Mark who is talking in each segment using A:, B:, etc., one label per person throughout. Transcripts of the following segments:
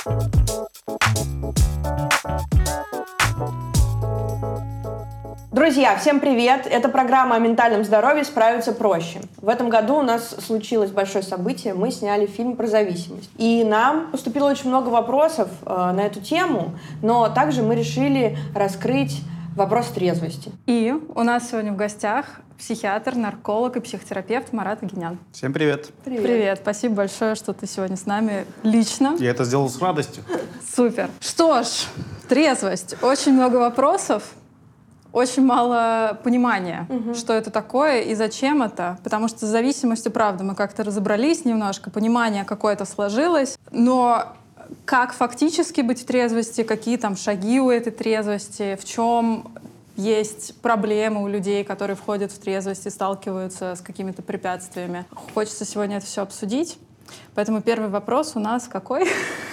A: Друзья, всем привет! Это программа о ментальном здоровье «Справиться проще». В этом году у нас случилось большое событие. Мы сняли фильм про зависимость. И нам поступило очень много вопросов на эту тему, но также мы решили раскрыть вопрос трезвости.
B: И у нас сегодня в гостях психиатр, нарколог и психотерапевт Марат Агенян.
C: Всем привет.
B: Привет. Спасибо большое, что ты сегодня с нами лично.
C: Я это сделал с радостью.
B: Супер. Что ж, трезвость. Очень много вопросов. Очень мало понимания, что это такое и зачем это. Потому что с зависимостью, правда, мы как-то разобрались немножко, понимание какое-то сложилось, но как фактически быть в трезвости, какие там шаги у этой трезвости, в чем есть проблемы у людей, которые входят в трезвость и сталкиваются с какими-то препятствиями. Хочется сегодня это все обсудить. Поэтому первый вопрос у нас какой?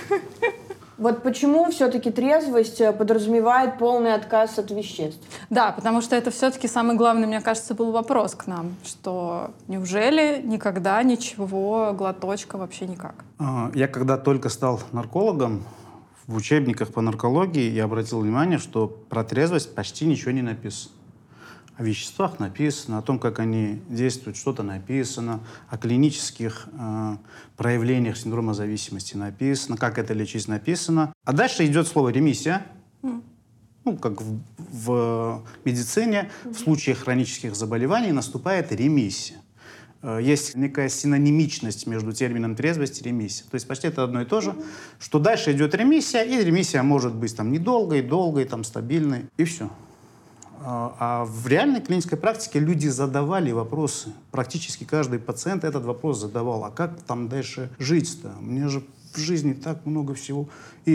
A: Вот почему все-таки трезвость подразумевает полный отказ от веществ?
B: Да, потому что это все-таки самый главный, мне кажется, был вопрос к нам, что неужели никогда ничего, глоточка, вообще никак?
C: Я когда только стал наркологом, в учебниках по наркологии я обратил внимание, что про трезвость почти ничего не написано. О веществах написано, о том, как они действуют, что-то написано, о клинических проявлениях синдрома зависимости написано, как это лечить написано. А дальше идет слово «ремиссия». Ну, как в медицине, в случае хронических заболеваний наступает ремиссия. Есть некая синонимичность между термином трезвость и ремиссия. То есть почти это одно и то же, что дальше идет ремиссия, и ремиссия может быть там недолгой, долгой, там, стабильной, и все. А в реальной клинической практике люди задавали вопросы. Практически каждый пациент этот вопрос задавал. А как там дальше жить-то? Мне же в жизни так много всего.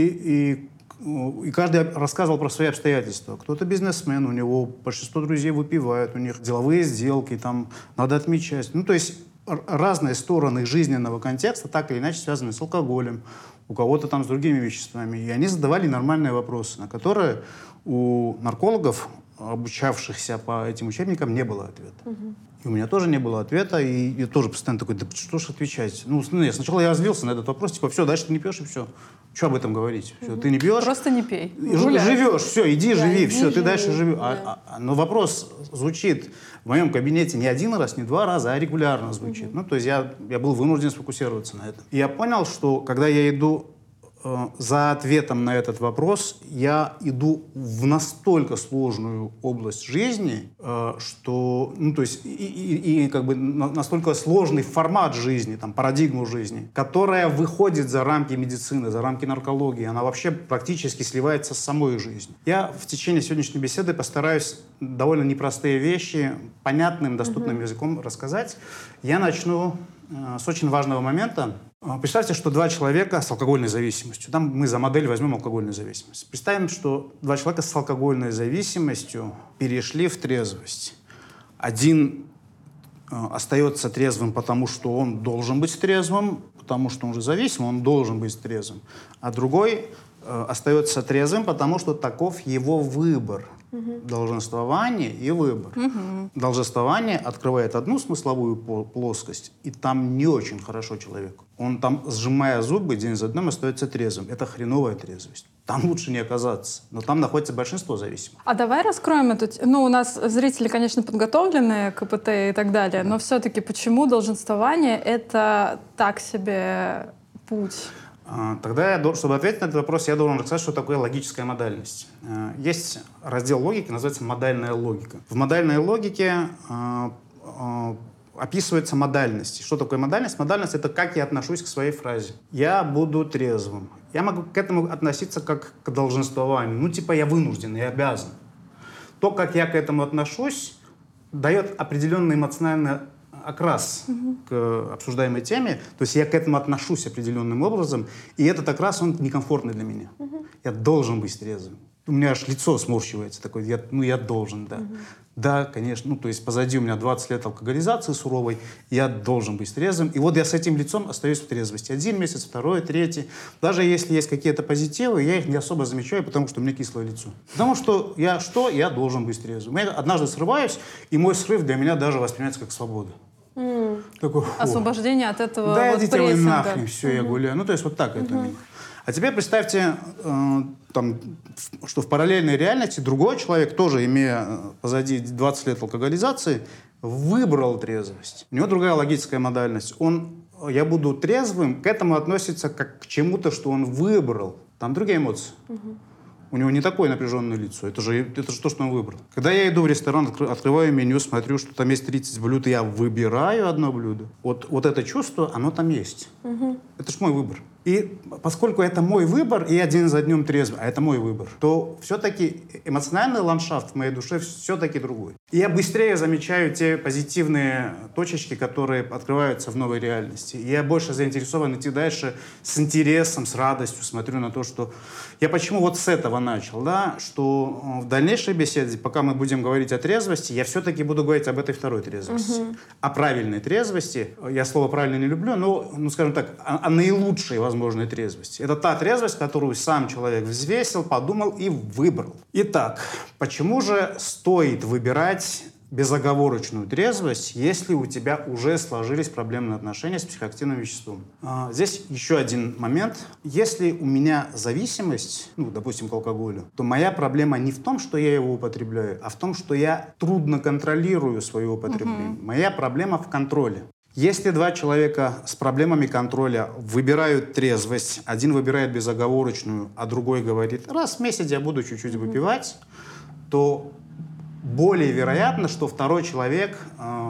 C: И каждый рассказывал про свои обстоятельства. Кто-то бизнесмен, у него большинство друзей выпивают, у них деловые сделки, там надо отмечать. Ну, то есть разные стороны жизненного контекста так или иначе связаны с алкоголем, у кого-то там с другими веществами. И они задавали нормальные вопросы, на которые у наркологов, обучавшихся по этим учебникам, не было ответа. И у меня тоже не было ответа, и я тоже постоянно такой, да что ж отвечать? Ну, сначала я развился на этот вопрос, типа, все, дальше ты не пьешь, и все. Что об этом говорить? Все, ты не пьешь.
B: Просто не пей.
C: Живешь, все, иди,
B: да,
C: живи,
B: иди,
C: все, ты дальше живи.
B: Да.
C: Но вопрос звучит в моем кабинете не один раз, не два раза, а регулярно звучит. Ну, то есть я был вынужден сфокусироваться на этом. И я понял, что когда я иду за ответом на этот вопрос, я иду в настолько сложную область жизни, что, ну, то есть, и как бы настолько сложный формат жизни, там, парадигму жизни, которая выходит за рамки медицины, за рамки наркологии, она вообще практически сливается с самой жизнью. Я в течение сегодняшней беседы постараюсь довольно непростые вещи понятным, доступным языком рассказать. Я начну с очень важного момента. Представьте, что два человека с алкогольной зависимостью. Там мы за модель возьмем алкогольную зависимость. Представим, что два человека с алкогольной зависимостью перешли в трезвость. Один остается трезвым, потому что он должен быть трезвым, потому что он же зависим, он должен быть трезвым. А другой остается трезвым, потому что таков его выбор. Долженствование и выбор. Долженствование открывает одну смысловую плоскость, и там не очень хорошо человеку. Он там, сжимая зубы, день за днем остается трезвым. Это хреновая трезвость. Там лучше не оказаться. Но там находится большинство зависимых.
B: А давай раскроем эту... Ну, у нас зрители, конечно, подготовленные, КПТ и так далее, но все-таки почему долженствование — это так себе путь?
C: Тогда, чтобы ответить на этот вопрос, я должен рассказать, что такое логическая модальность. Есть раздел логики, называется модальная логика. В модальной логике описывается модальность. Что такое модальность? Модальность — это как я отношусь к своей фразе. Я буду трезвым. Я могу к этому относиться как к долженствованию. Ну, типа я вынужден, я обязан. То, как я к этому отношусь, дает определенный эмоциональный окрас к обсуждаемой теме. То есть я к этому отношусь определенным образом, и этот окрас, он некомфортный для меня. Я должен быть трезвым. У меня аж лицо сморщивается. Такое, я должен, да. Да, конечно. Ну, то есть позади у меня 20 лет алкоголизации суровой, я должен быть трезвым. И вот я с этим лицом остаюсь в трезвости. 1 месяц, 2, 3. Даже если есть какие-то позитивы, я их не особо замечаю, потому что у меня кислое лицо. Потому что я должен быть трезвым. Я однажды срываюсь, и мой срыв для меня даже воспринимается как свобода. Такой,
B: освобождение от этого
C: да,
B: вот
C: идите вы
B: прессинга.
C: нахрен, все, я гуляю. Ну, то есть вот так это у меня. А теперь представьте, что в параллельной реальности другой человек, тоже имея позади 20 лет алкоголизации, выбрал трезвость. У него другая логическая модальность. Я буду трезвым, к этому относится как к чему-то, что он выбрал. Там другие эмоции. У него не такое напряженное лицо. Это же то, что он выбрал. Когда я иду в ресторан, открываю меню, смотрю, что там есть 30 блюд, и я выбираю одно блюдо. Вот это чувство, оно там есть. Это же мой выбор. И поскольку это мой выбор, и я день за днем трезвый, а это мой выбор, то все-таки эмоциональный ландшафт в моей душе все-таки другой. И я быстрее замечаю те позитивные точечки, которые открываются в новой реальности. И я больше заинтересован идти дальше с интересом, с радостью, смотрю на то, что... Я почему вот с этого начал, да, что в дальнейшей беседе, пока мы будем говорить о трезвости, я все-таки буду говорить об этой второй трезвости. О правильной трезвости. Я слово «правильно» не люблю, но, скажем так, о наилучшей возможной трезвости. Это та трезвость, которую сам человек взвесил, подумал и выбрал. Итак, почему же стоит выбирать безоговорочную трезвость, если у тебя уже сложились проблемные отношения с психоактивным веществом? Здесь еще один момент. Если у меня зависимость, допустим, к алкоголю, то моя проблема не в том, что я его употребляю, а в том, что я трудно контролирую свое употребление. Моя проблема в контроле. Если два человека с проблемами контроля выбирают трезвость, один выбирает безоговорочную, а другой говорит, раз в месяц я буду чуть-чуть выпивать, то более вероятно, что второй человек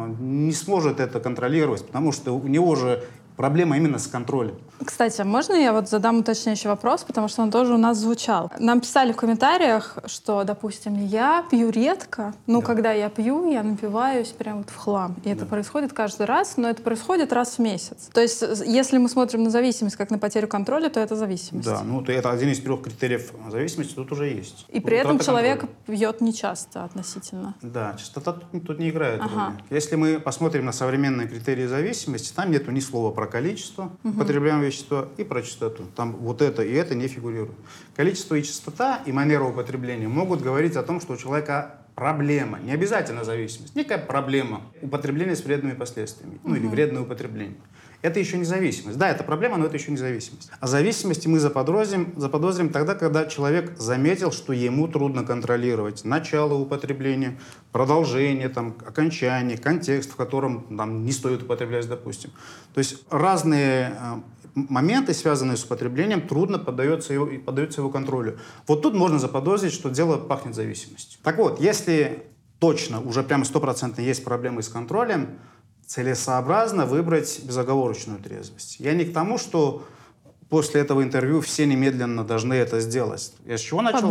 C: не сможет это контролировать, потому что у него же проблема именно с контролем.
B: Кстати, можно я задам уточняющий вопрос, потому что он тоже у нас звучал. Нам писали в комментариях, что, допустим, я пью редко, но когда я пью, я напиваюсь прям в хлам. И это происходит каждый раз, но это происходит раз в месяц. То есть, если мы смотрим на зависимость как на потерю контроля, то это зависимость.
C: Да, это один из 3 критериев зависимости, тут уже есть.
B: И при этом человек пьет нечасто относительно.
C: Да, частота тут не играет роли. Если мы посмотрим на современные критерии зависимости, там нету ни слова про количество употребляемого вещества и про частоту. Там вот это и это не фигурирует. Количество и частота и манера употребления могут говорить о том, что у человека проблема, не обязательно зависимость, некая проблема употребления с вредными последствиями, или вредное употребление. Это еще не зависимость. Да, это проблема, но это еще не зависимость. А зависимости мы заподозрим тогда, когда человек заметил, что ему трудно контролировать начало употребления, продолжение, окончание, контекст, в котором не стоит употреблять, допустим. То есть разные моменты, связанные с употреблением, трудно поддаются его контролю. Вот тут можно заподозрить, что дело пахнет зависимостью. Так вот, если точно, уже прямо 100% есть проблемы с контролем, целесообразно выбрать безоговорочную трезвость. Я не к тому, что после этого интервью все немедленно должны это сделать. Я с чего начал?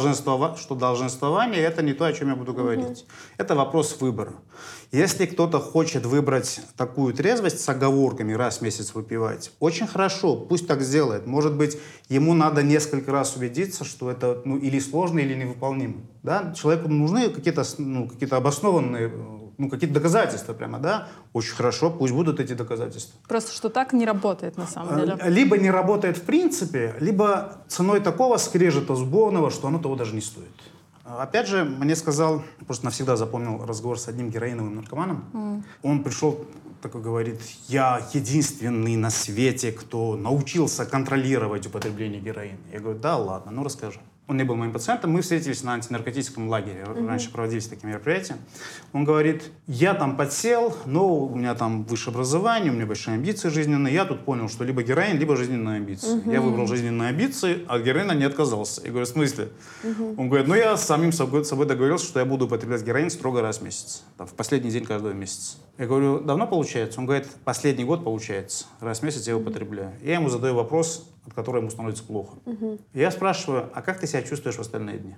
C: Что долженствование — это не то, о чем я буду говорить. Это вопрос выбора. Если кто-то хочет выбрать такую трезвость с оговорками, раз в месяц выпивать, очень хорошо, пусть так сделает. Может быть, ему надо несколько раз убедиться, что это или сложно, или невыполнимо. Да? Человеку нужны какие-то обоснованные какие-то доказательства прямо, да? Очень хорошо, пусть будут эти доказательства.
B: Просто что так не работает на самом деле.
C: Либо не работает в принципе, либо ценой такого скрежета зубовного, что оно того даже не стоит. Опять же, мне сказал, просто навсегда запомнил разговор с одним героиновым наркоманом. Он пришел, такой говорит, я единственный на свете, кто научился контролировать употребление героина. Я говорю, да ладно, расскажи. Он не был моим пациентом, мы встретились на антинаркотическом лагере. Раньше проводились такие мероприятия. Он говорит, я там подсел, но у меня там высшее образование, у меня большие амбиции жизненные. Я тут понял, что либо героин, либо жизненные амбиции. Я выбрал жизненные амбиции, а от героина не отказался. Я говорю, в смысле? Он говорит, я с самим собой договорился, что я буду употреблять героин строго раз в месяц. В последний день каждого месяца. Я говорю, давно получается? Он говорит, последний год получается. Раз в месяц я его употребляю. Я ему задаю вопрос, от которого ему становится плохо. Я спрашиваю, а как ты себя чувствуешь в остальные дни?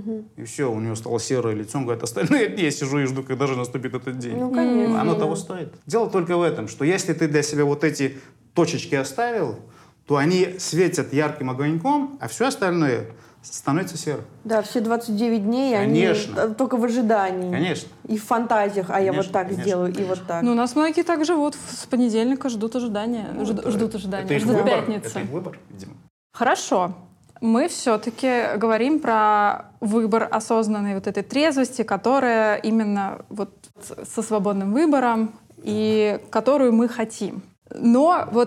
C: И все, у него стало серое лицо. Он говорит, остальные дни я сижу и жду, когда же наступит этот день.
A: Конечно.
C: Оно того стоит. Дело только в этом, что если ты для себя вот эти точечки оставил, то они светят ярким огоньком, а все остальное становится серым.
A: Да, все 29 дней,
C: Конечно.
A: они только в ожидании.
C: Конечно.
A: И в фантазиях, я вот так сделаю, и вот так.
B: У нас многие так живут, с понедельника ждут ожидания. Ждут пятницы.
C: Это их выбор, видимо.
B: Хорошо. Мы все-таки говорим про выбор осознанной вот этой трезвости, которая именно со свободным выбором и которую мы хотим. Но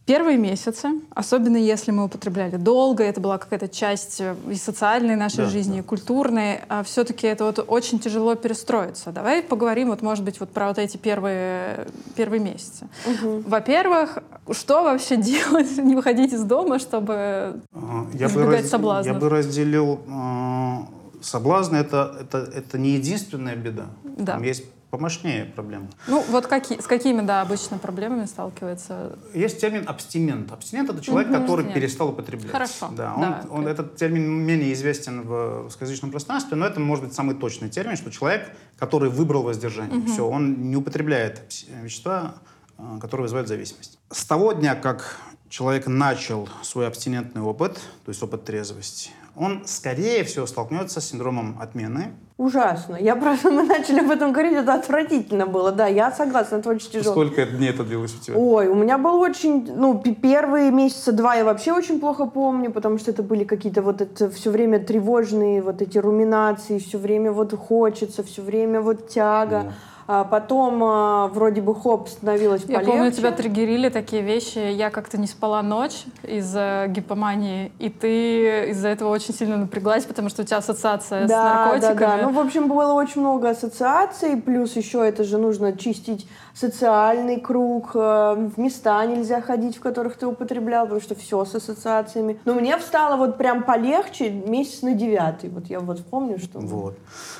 B: Первые месяцы, особенно если мы употребляли долго, это была какая-то часть и социальной нашей жизни, и культурной, все-таки это вот очень тяжело перестроиться. Давай поговорим, вот, может быть, вот про вот эти первые месяцы. Во-первых, что вообще делать, не выходить из дома, чтобы избегать соблазнов?
C: Я бы разделил соблазны, это не единственная беда.
B: Да.
C: Там есть помощнее проблемы.
B: Ну, вот с какими, да, обычно проблемами сталкивается?
C: Есть термин абстинент. Абстинент — это человек, который перестал употреблять.
B: Хорошо.
C: Да, этот термин менее известен в русскоязычном пространстве, но это может быть самый точный термин, что человек, который выбрал воздержание, все, он не употребляет вещества, которые вызывают зависимость. С того дня, как человек начал свой абстинентный опыт, то есть опыт трезвости, он, скорее всего, столкнется с синдромом отмены.
A: Ужасно. Мы начали об этом говорить, это отвратительно было. Да, я согласна, это очень тяжело.
C: Сколько дней это длилось у тебя?
A: Ой, у меня был очень... первые месяца 2 я вообще очень плохо помню, потому что это были какие-то вот это все время тревожные вот эти руминации, все время вот хочется, все время вот тяга. А потом вроде бы становилось полегче.
B: Я помню, тебя триггерили такие вещи. Я как-то не спала ночь из-за гипомании, и ты из-за этого очень сильно напряглась, потому что у тебя ассоциация с наркотиками.
A: Да. В общем, было очень много ассоциаций, плюс еще это же нужно чистить социальный круг, в места нельзя ходить, в которых ты употреблял, потому что все с ассоциациями. Но мне стало вот прям полегче месяц на 9. Вот я вот помню, что...
C: Вот.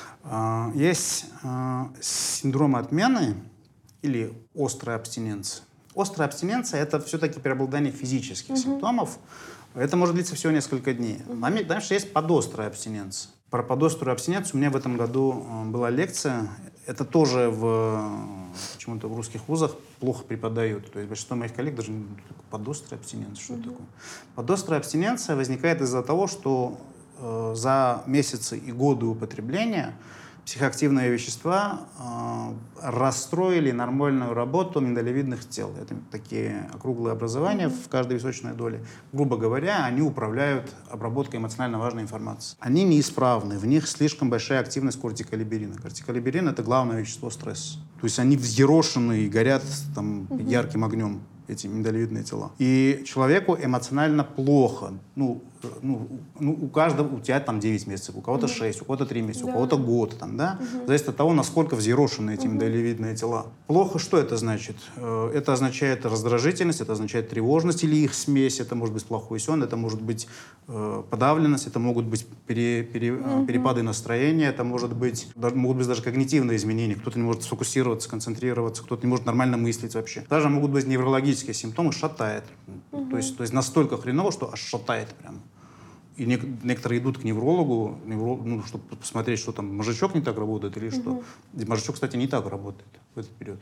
C: Есть синдром отмены или острая абстиненция. Острая абстиненция — это все-таки преобладание физических симптомов. Это может длиться всего несколько дней. Дальше есть подострая абстиненция. Про подострую абстиненцию у меня в этом году была лекция. Это тоже почему-то в русских вузах плохо преподают. То есть большинство моих коллег даже не подострая абстиненция. Что это такое? Подострая абстиненция возникает из-за того, что за месяцы и годы употребления психоактивные вещества расстроили нормальную работу миндалевидных тел. Это такие округлые образования в каждой височной доле. Грубо говоря, они управляют обработкой эмоционально важной информации. Они неисправны, в них слишком большая активность кортиколиберина. Кортиколиберин — это главное вещество стресса. То есть они взъерошены и горят там ярким огнем, эти миндалевидные тела. И человеку эмоционально плохо. У каждого, у тебя там 9 месяцев, у кого-то 6, у кого-то 3 месяца, у кого-то год. Зависит от того, насколько взъерошены эти миндалевидные тела. Плохо что это значит? Это означает раздражительность, это означает тревожность или их смесь, это может быть плохой сон, это может быть подавленность, это могут быть перепады настроения, это могут быть даже когнитивные изменения. Кто-то не может сфокусироваться, концентрироваться, кто-то не может нормально мыслить вообще. Даже могут быть неврологические симптомы, шатает. То есть настолько хреново, что аж шатает прям. И некоторые идут к неврологу, чтобы посмотреть, что там мозжечок не так работает или что. И мозжечок, кстати, не так работает в этот период.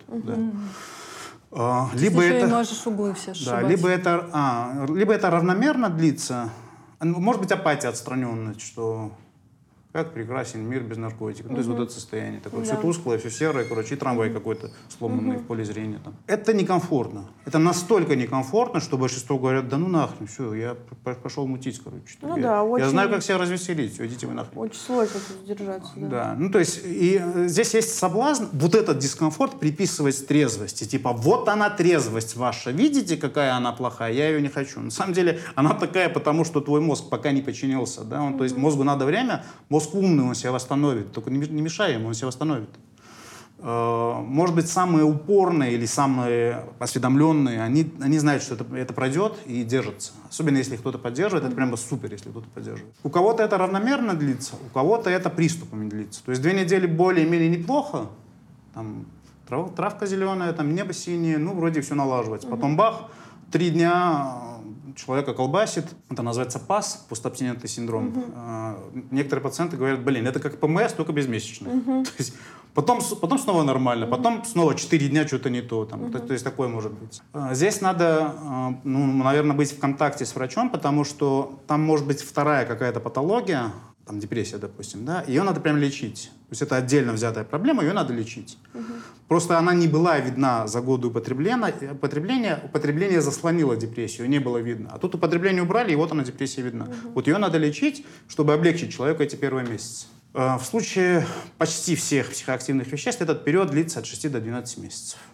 C: Да.
B: Либо это можешь углы все сшибать.
C: Да, либо это равномерно длится, может быть апатия, отстраненность, что как прекрасен мир без наркотиков. То есть вот это состояние такое. Все тусклое, все серое, и трамвай какой-то сломанный в поле зрения. Там. Это некомфортно. Это настолько некомфортно, что большинство говорят, да ну нахрен, все, я пошел мутить, я знаю, как себя развеселить, все, идите вы нахрен.
A: Очень сложно тут сдержаться.
C: Да. То есть и здесь есть соблазн вот этот дискомфорт приписывать трезвости. Типа, вот она трезвость ваша, видите, какая она плохая, я ее не хочу. На самом деле она такая, потому что твой мозг пока не подчинился. Да? То есть мозгу надо время, мозг умный, он себя восстановит. Только не мешай ему, он себя восстановит. Может быть, самые упорные или самые осведомленные, они знают, что это пройдет и держатся. Особенно, если кто-то поддерживает, это прямо супер, если кто-то поддерживает. У кого-то это равномерно длится, у кого-то это приступами длится. То есть 2 недели более-менее неплохо, там, травка зеленая, там, небо синее, вроде все налаживается. Потом бах, 3 дня человека колбасит, это называется ПАС, постабстинентный синдром. Некоторые пациенты говорят, это как ПМС, только безмесячный. То есть потом снова нормально, потом снова 4 дня что-то не то. То есть такое может быть. Здесь надо, наверное, быть в контакте с врачом, потому что там может быть вторая какая-то патология, там депрессия, допустим, да, ее надо прям лечить. То есть это отдельно взятая проблема, ее надо лечить. Просто она не была видна за годы употребление заслонило депрессию, не было видно. А тут употребление убрали, и вот она, депрессия, видна. Вот ее надо лечить, чтобы облегчить человеку эти первые месяцы. В случае почти всех психоактивных веществ этот период длится от 6 до 12 месяцев.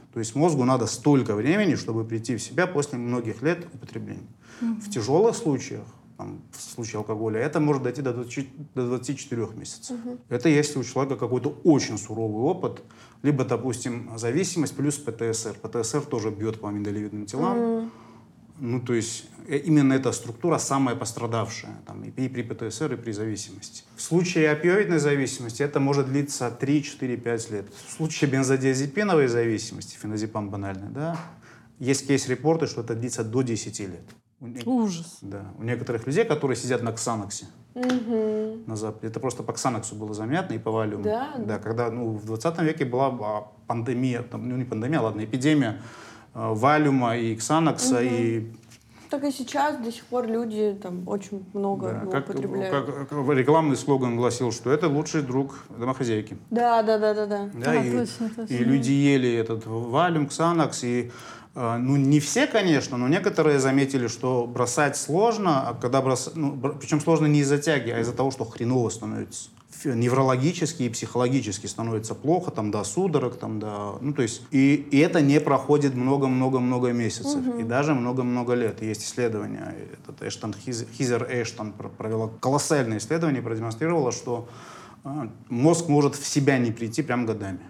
C: То есть мозгу надо столько времени, чтобы прийти в себя после многих лет употребления. В тяжелых случаях, там, в случае алкоголя, это может дойти до 24 месяцев. Это если у человека какой-то очень суровый опыт, либо, допустим, зависимость плюс ПТСР. ПТСР тоже бьет по миндалевидным телам. Ну, то есть именно эта структура самая пострадавшая там, и при ПТСР, и при зависимости. В случае опиоидной зависимости это может длиться 3-4-5 лет. В случае бензодиазепиновой зависимости, феназепам банальный, да, есть кейс-репорты, что это длится до 10 лет.
B: Ужас.
C: Да. У некоторых людей, которые сидят на ксаноксе, на Западе, это просто по ксаноксу было заметно и по валиуму. Да, когда в 20 веке была пандемия, не пандемия, ладно, эпидемия валиума и ксанокса, и...
A: Так и сейчас до сих пор люди там очень много употребляют.
C: Как рекламный слоган гласил, что это лучший друг домохозяйки.
A: Да.
B: Точно.
C: И люди ели этот валиум, ксанокс, и не все, конечно, но некоторые заметили, что бросать сложно, а когда причем сложно не из-за тяги, а из-за того, что хреново становится. Неврологически и психологически становится плохо, там, до судорог, там, то есть, и это не проходит много-много-много месяцев, и даже много-много лет. Есть исследования, Хизер Эштон провела колоссальное исследование, продемонстрировала, что мозг может в себя не прийти прям годами.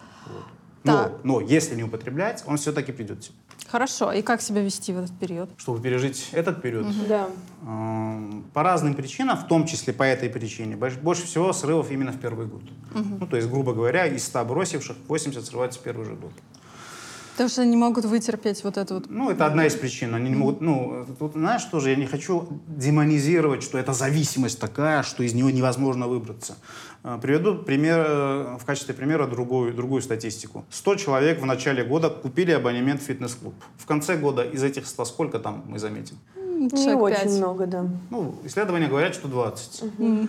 C: Вот. Но если не употреблять, он все-таки придет в себя.
B: Хорошо. И как себя вести в этот период?
C: Чтобы пережить этот период?
A: Да.
C: По разным причинам, в том числе по этой причине, больше всего срывов именно в первый год. То есть, грубо говоря, из 100 бросивших 80 срываются в первый же год.
B: Потому что они не могут вытерпеть вот это вот...
C: Это одна из причин. Они не могут... Тут, знаешь, тоже я не хочу демонизировать, что это зависимость такая, что из нее невозможно выбраться. Приведу в качестве примера другую статистику. 100 человек в начале года купили абонемент в фитнес-клуб. В конце года из этих 100 сколько там мы заметим?
A: Не очень много, да.
C: Исследования говорят, что 20.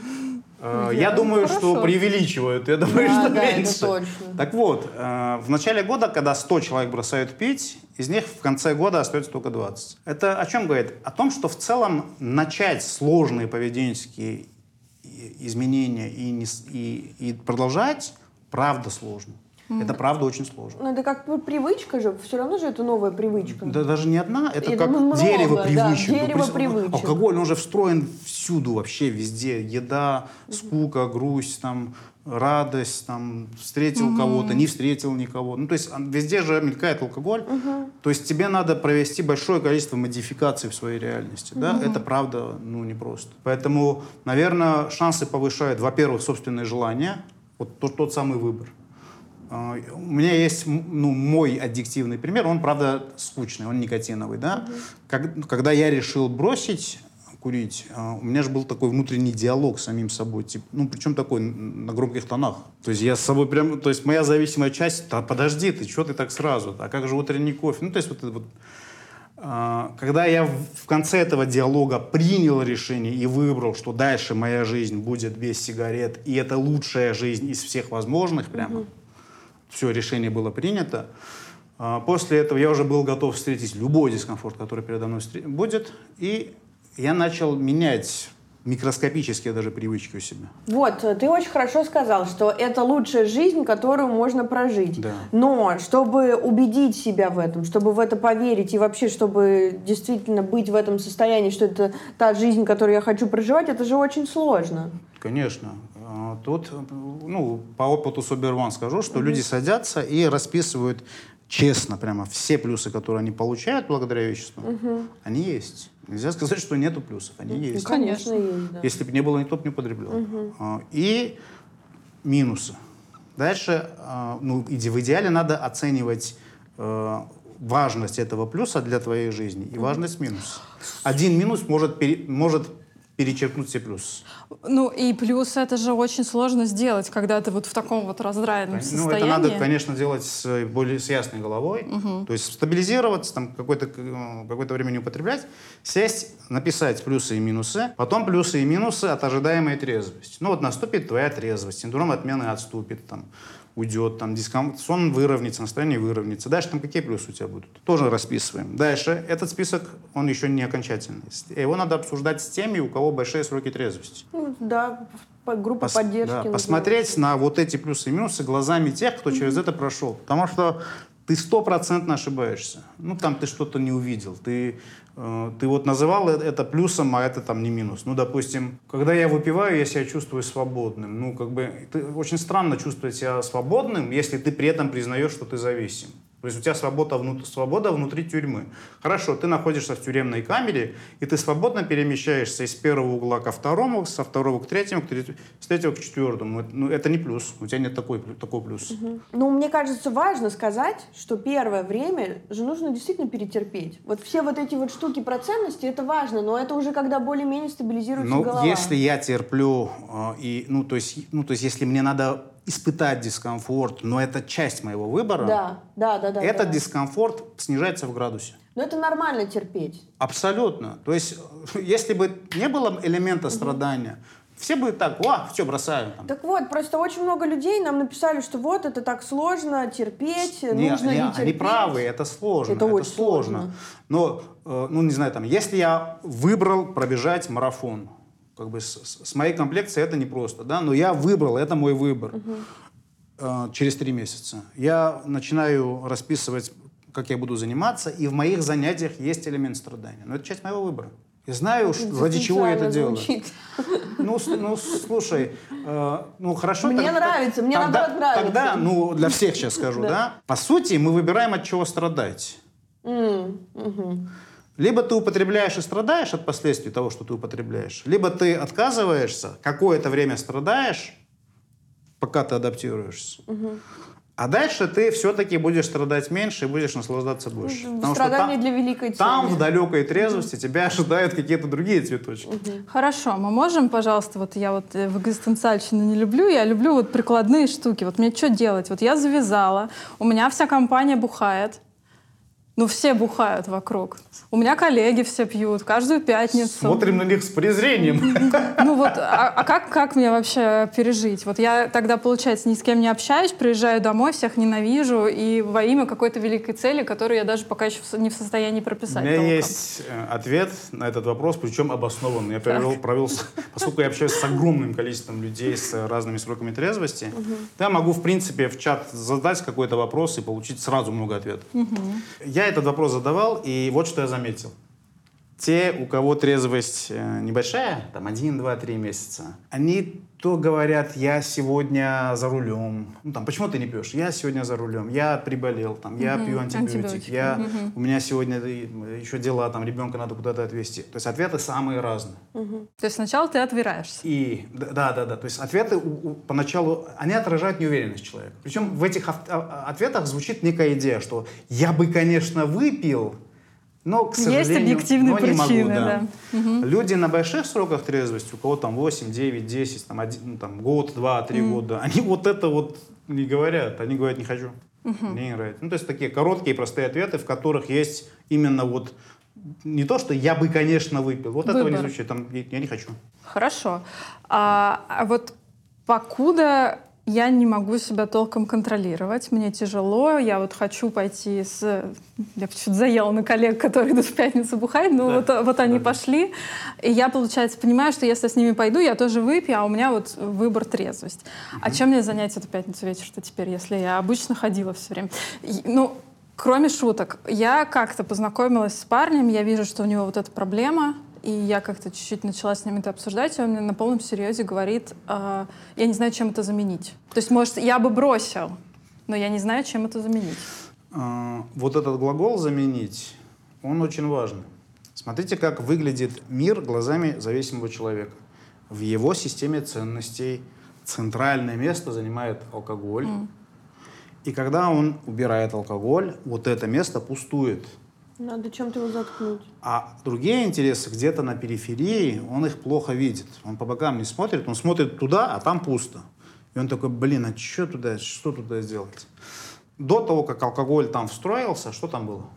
C: Я думаю, что преувеличивают. Я думаю, что меньше.
A: Это точно.
C: Так вот, в начале года, когда 100 человек бросают пить, из них в конце года остается только 20. Это о чем говорит? О том, что в целом начать сложные поведенческие изменения и продолжать, правда, сложно. Это правда очень сложно.
A: Но это как привычка же, все равно же это новая привычка.
C: Да, даже не одна, это как
A: много,
C: дерево привычек.
A: Да, дерево привычек.
C: Алкоголь, он же встроен всюду вообще, везде. Еда, скука, грусть, там, радость, там, встретил кого-то, не встретил никого. То есть везде же мелькает алкоголь. То есть тебе надо провести большое количество модификаций в своей реальности. Да? Это правда непросто. Поэтому, наверное, шансы повышают, во-первых, собственные желания, вот тот самый выбор. У меня есть мой аддиктивный пример, он, правда, скучный, он никотиновый. Да? Когда я решил бросить курить, у меня же был такой внутренний диалог с самим собой, причем такой на громких тонах. То есть я с собой прям, то есть моя зависимая часть, подожди, что ты так сразу, а как же утренний кофе? То есть когда я в конце этого диалога принял решение и выбрал, что дальше моя жизнь будет без сигарет, и это лучшая жизнь из всех возможных прямо, все, решение было принято. После этого я уже был готов встретить любой дискомфорт, который передо мной будет, и я начал менять микроскопические даже привычки у себя. Вот,
A: ты очень хорошо сказал, что это лучшая жизнь, которую можно прожить.
C: Да.
A: Но чтобы убедить себя в этом, чтобы в это поверить и вообще, чтобы действительно быть в этом состоянии, что это та жизнь, которую я хочу проживать, это же очень сложно.
C: Конечно. Тут, по опыту Собер-1 скажу, что люди садятся и расписывают честно прямо все плюсы, которые они получают благодаря веществу, они есть. Нельзя сказать, что нету плюсов, они есть.
A: Конечно, есть, да.
C: Если бы не было, никто бы не употреблял. И минусы. Дальше, в идеале надо оценивать важность этого плюса для твоей жизни и важность минуса. Один минус может перечеркнуть все плюсы.
B: И плюс это же очень сложно сделать, когда ты вот в таком вот раздрайном состоянии.
C: Это надо, конечно, делать с ясной головой. То есть стабилизироваться, там какое-то время не употреблять, сесть, написать плюсы и минусы, потом плюсы и минусы от ожидаемой трезвости. Наступит твоя трезвость, синдром отмены отступит, уйдет, сон выровняется, настроение выровняется. Дальше какие плюсы у тебя будут? Тоже расписываем. Дальше этот список, он еще не окончательный. Его надо обсуждать с теми, у кого большие сроки трезвости.
A: Да, группа поддержки.
C: Да, посмотреть на вот эти плюсы и минусы глазами тех, кто через это прошел. Потому что ты 100% ошибаешься. Ну, там ты что-то не увидел. Ты вот называл это плюсом, а это там не минус. Ну, допустим, когда я выпиваю, я себя чувствую свободным. Ну, как бы, очень странно чувствовать себя свободным, если ты при этом признаешь, что ты зависим. То есть у тебя свобода внутри тюрьмы. Хорошо, ты находишься в тюремной камере, и ты свободно перемещаешься из первого угла ко второму, со второго к третьему, с третьего к четвертому. Ну, это не плюс. У тебя нет такой плюс.
A: Ну, мне кажется, важно сказать, что первое время же нужно действительно перетерпеть. Вот все вот эти вот штуки про ценности, это важно, но это уже когда более-менее стабилизируется голова.
C: Ну, если я терплю, то есть, если мне надо испытать дискомфорт, но это часть моего выбора, этот дискомфорт снижается в градусе.
A: Но это нормально терпеть.
C: Абсолютно. То есть, если бы не было элемента страдания, все бы так, все, бросаю. Там.
A: Так вот, просто очень много людей нам написали, что вот это так сложно терпеть, нужно не терпеть.
C: Они правы, это сложно.
A: Это очень сложно.
C: Но, не знаю, если я выбрал пробежать марафон, как бы с моей комплекцией это непросто, да, но я выбрал, это мой выбор. Через 3 месяца. Я начинаю расписывать, как я буду заниматься, и в моих занятиях есть элемент страдания. Но это часть моего выбора. Я знаю, ради чего я это делаю. Ну, слушай, хорошо.
A: Мне нравится, мне наоборот нравится.
C: Тогда, для всех сейчас скажу, да. По сути, мы выбираем, от чего страдать. Либо ты употребляешь и страдаешь от последствий того, что ты употребляешь, либо ты отказываешься, какое-то время страдаешь, пока ты адаптируешься. А дальше ты все-таки будешь страдать меньше и будешь наслаждаться больше.
A: Страдание для великой цели.
C: Там, в далекой трезвости, тебя ожидают какие-то другие цветочки.
B: Хорошо, мы можем, пожалуйста, я в экзистенциальщину не люблю, я люблю прикладные штуки. Вот мне что делать? Вот я завязала, у меня вся компания бухает. Все бухают вокруг. У меня коллеги все пьют каждую пятницу.
C: Смотрим на них с презрением.
B: Как мне вообще пережить? Вот я тогда, получается, ни с кем не общаюсь, приезжаю домой, всех ненавижу, и во имя какой-то великой цели, которую я даже пока еще не в состоянии прописать.
C: У меня есть ответ на этот вопрос, причем обоснованный. Я провел, поскольку я общаюсь с огромным количеством людей с разными сроками трезвости, я могу, в принципе, в чат задать какой-то вопрос и получить сразу много ответов. Я этот вопрос задавал, и вот что я заметил. Те, у кого трезвость небольшая, там 1, 2, 3 месяца, они то говорят, я сегодня за рулем. Почему ты не пьешь? Я сегодня за рулем, я приболел, я пью антибиотик, у меня сегодня еще дела, ребенка надо куда-то отвезти. То есть ответы самые разные.
B: То есть сначала ты отвираешься.
C: Да. То есть ответы поначалу, они отражают неуверенность человека. Причем в этих ответах звучит некая идея, что я бы, конечно, выпил, но, к сожалению,
B: есть объективные причины,
C: не могу,
B: да.
C: Люди на больших сроках трезвости, у кого 8, 9, 10, год, 2, 3 года, они это не говорят. Они говорят, не хочу, мне не нравится. То есть такие короткие, простые ответы, в которых есть именно не то, что я бы, конечно, выпил.
B: Выбор.
C: Этого не звучит, я не хочу.
B: Хорошо. А вот покуда я не могу себя толком контролировать, мне тяжело, я хочу пойти Я почему-то заела на коллег, которые идут в пятницу бухать, они пошли, и я, получается, понимаю, что если с ними пойду, я тоже выпью, а у меня выбор трезвость. А чем мне занять эту пятницу вечер-то теперь, если я обычно ходила все время? Кроме шуток, я как-то познакомилась с парнем, я вижу, что у него эта проблема, и я как-то чуть-чуть начала с ним это обсуждать, и он мне на полном серьезе говорит, я не знаю, чем это заменить. То есть, может, я бы бросил, но я не знаю, чем это заменить.
C: Этот глагол «заменить», он очень важен. Смотрите, как выглядит мир глазами зависимого человека. В его системе ценностей центральное место занимает алкоголь. И когда он убирает алкоголь, это место пустует.
A: Надо чем-то его заткнуть.
C: А другие интересы где-то на периферии, он их плохо видит. Он по бокам не смотрит, он смотрит туда, а там пусто. И он такой, что туда сделать? До того, как алкоголь там встроился, что там было?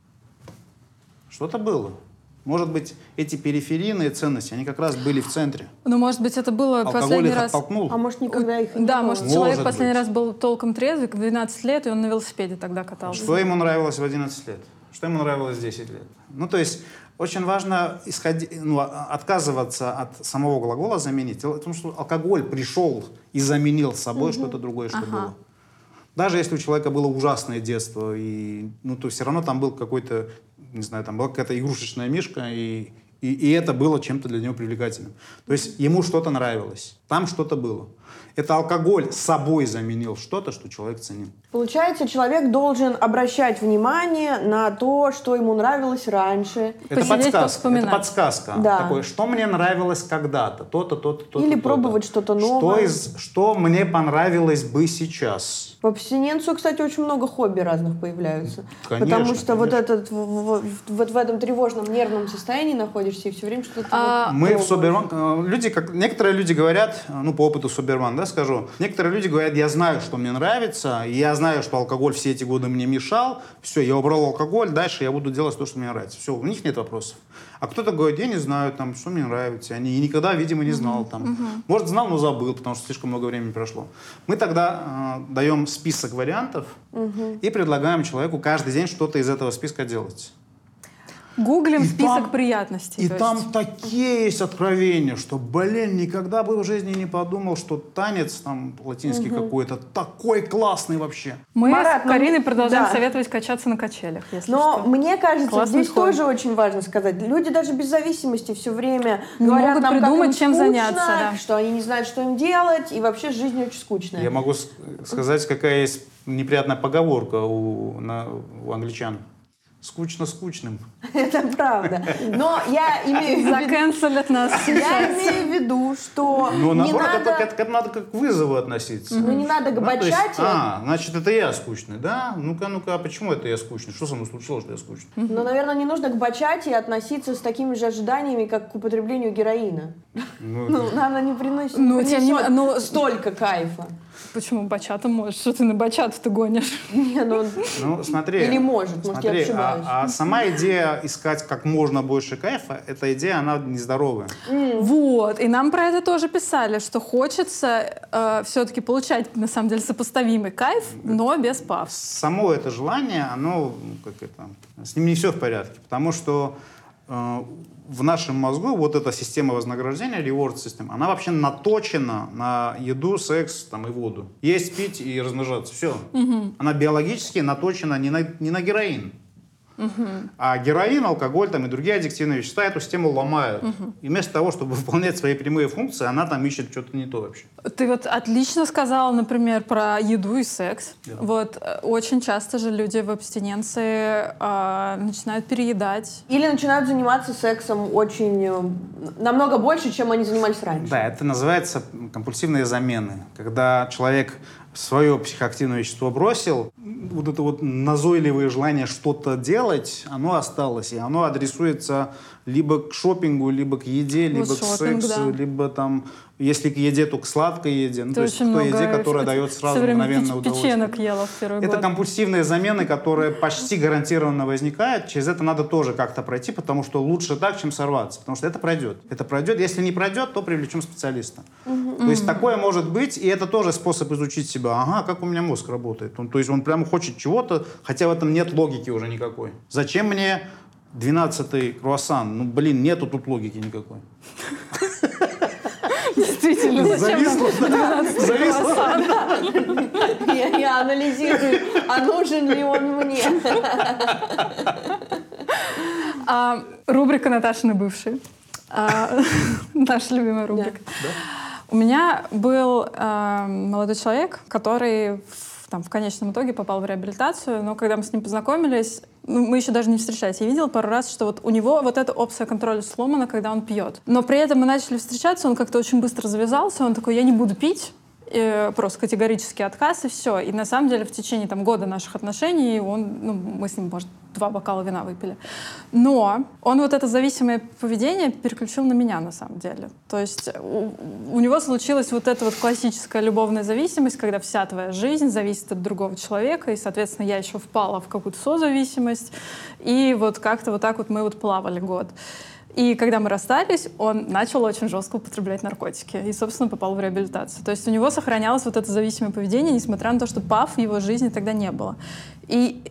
C: Что-то было. Может быть, эти периферийные ценности, они как раз были в центре.
B: Может быть, это было
C: алкоголь
B: последний
C: их
B: раз...
C: оттолкнул.
A: А может, никогда их не было?
B: Да, может, человек последний раз был толком трезвый, в 12 лет, и он на велосипеде тогда катался.
C: Что ему нравилось в 11 лет? Что ему нравилось в 10 лет? То есть, очень важно отказываться от самого глагола «заменить». Дело в том, что алкоголь пришел и заменил собой что-то другое, что было. Даже если у человека было ужасное детство, то все равно там был какой-то, не знаю, там была какая-то игрушечная мишка, и это было чем-то для него привлекательным. То есть ему что-то нравилось, там что-то было. Это алкоголь с собой заменил что-то, что человек ценил.
A: Получается, человек должен обращать внимание на то, что ему нравилось раньше.
C: Это подсказка. Это подсказка.
A: Да.
C: Такое, что мне нравилось когда-то, то-то, то-то, то-то.
A: Или пробовать что-то новое.
C: Что мне понравилось бы сейчас.
A: В абстиненцию, кстати, очень много хобби разных появляются.
C: Конечно,
A: потому что
C: конечно.
A: вот в этом тревожном нервном состоянии находишься и все время что-то
C: Мы в
A: пробуешь.
C: Собербанк... Некоторые люди говорят, по опыту Собербанк, да, скажу, некоторые люди говорят, я знаю, что мне нравится, и я знаю, что алкоголь все эти годы мне мешал, все, я убрал алкоголь, дальше я буду делать то, что мне нравится. Все, у них нет вопросов. А кто-то говорит, я не знаю, там, что мне нравится. И никогда, видимо, не знал. Там. Может, знал, но забыл, потому что слишком много времени прошло. Мы тогда даем список вариантов и предлагаем человеку каждый день что-то из этого списка делать.
B: Гуглим
C: И
B: список
C: там-
B: приятностей.
C: И
B: то
C: там
B: есть.
C: такие есть откровения, что, никогда бы в жизни не подумал, что танец там латинский какой-то такой классный вообще.
B: Мы
A: Марат,
B: с Кариной
A: ну,
B: продолжаем
A: да.
B: советовать качаться на качелях, если
A: Но
B: что.
A: мне кажется,
B: Классный
A: здесь
B: хобби.
A: тоже очень важно сказать. Люди даже без зависимости все время
B: Не
A: говорят
B: могут
A: нам,
B: придумать,
A: как им
B: чем
A: скучно,
B: заняться, да.
A: что они не знают, что им делать, и вообще жизнь очень скучная.
C: Я могу сказать, какая есть неприятная поговорка у англичан. Скучно скучным.
A: Это правда. Но я имею в виду...
B: Закэнселят нас
A: Я
B: сейчас.
A: имею в виду, что
C: Но
A: не
C: наоборот,
A: надо...
C: это надо как к вызову относиться.
A: Ну, не надо
C: Да, то есть,
A: габачать.
C: значит, это я скучный, да? Ну-ка, а почему это я скучный? Что со мной случилось, что я скучный?
A: Но, наверное, не нужно габачать и относиться с такими же ожиданиями, как к употреблению героина. Ну, она не приносит
B: Ну, тем не менее, ну-
A: столько кайфа.
B: Почему бачата можешь? Что ты на бачату-то гонишь?
A: Не, ну,
C: Ну, смотри.
A: Или может я
C: смотри,
A: ошибаюсь.
C: А сама идея искать как можно больше кайфа, эта идея, она нездоровая.
B: Вот. И нам про это тоже писали, что хочется все-таки получать, на самом деле, сопоставимый кайф, но без паф.
C: Само это желание, оно, с ним не все в порядке. Потому что в нашем мозгу вот эта система вознаграждения, reward system, она вообще наточена на еду, секс и воду. Есть, пить и размножаться. Все. Она биологически наточена не на героин. А героин, алкоголь и другие аддиктивные вещества эту систему ломают. И вместо того, чтобы выполнять свои прямые функции, она там ищет что-то не то вообще.
B: Ты вот отлично сказала, например, про еду и секс.
C: Да.
B: Вот очень часто же люди в абстиненции начинают переедать.
A: Или начинают заниматься сексом очень... намного больше, чем они занимались раньше.
C: Да, это называется компульсивные замены. Когда человек свое психоактивное вещество бросил, вот это вот назойливое желание что-то делать, оно осталось, и оно адресуется либо к шопингу, либо к еде, либо к
B: шопинг,
C: сексу,
B: да.
C: либо если к еде, то к сладкой еде.
B: Ты
C: То есть к
B: очень
C: той
B: много
C: еде, которая дает
B: всё
C: сразу
B: время
C: мгновенное удовольствие.
B: печенок ела в первый
C: Это
B: год.
C: компульсивные замены, которые почти гарантированно возникают. Через это надо тоже как-то пройти, потому что лучше так, чем сорваться. Потому что это пройдет. Это пройдет. Если не пройдет, то привлечем специалиста. То есть такое может быть, и это тоже способ изучить себя. Ага, как у меня мозг работает. То есть он прямо хочет чего-то, хотя в этом нет логики уже никакой. Зачем мне 12-й круассан? Нету тут логики никакой.
B: Действительно, зачем нам 12-й
C: Зависло.
B: круассан?
A: Я анализирую, а нужен ли он мне.
B: Рубрика Наташины бывшие. Наша любимая рубрика. У меня был молодой человек, который в конечном итоге попал в реабилитацию, но когда мы с ним познакомились, мы еще даже не встречались. Я видела пару раз, что вот у него вот эта опция контроля сломана, когда он пьет. Но при этом мы начали встречаться, он как-то очень быстро завязался, он такой: я не буду пить. Просто категорический отказ, и все. И на самом деле в течение года наших отношений мы с ним, может, 2 бокала вина выпили. Но он вот это зависимое поведение переключил на меня, на самом деле. То есть у него случилась вот эта вот классическая любовная зависимость, когда вся твоя жизнь зависит от другого человека, и, соответственно, я еще впала в какую-то созависимость, и вот как-то вот так вот мы плавали год. И когда мы расстались, он начал очень жестко употреблять наркотики и, собственно, попал в реабилитацию. То есть у него сохранялось вот это зависимое поведение, несмотря на то, что ПАВ в его жизни тогда не было. И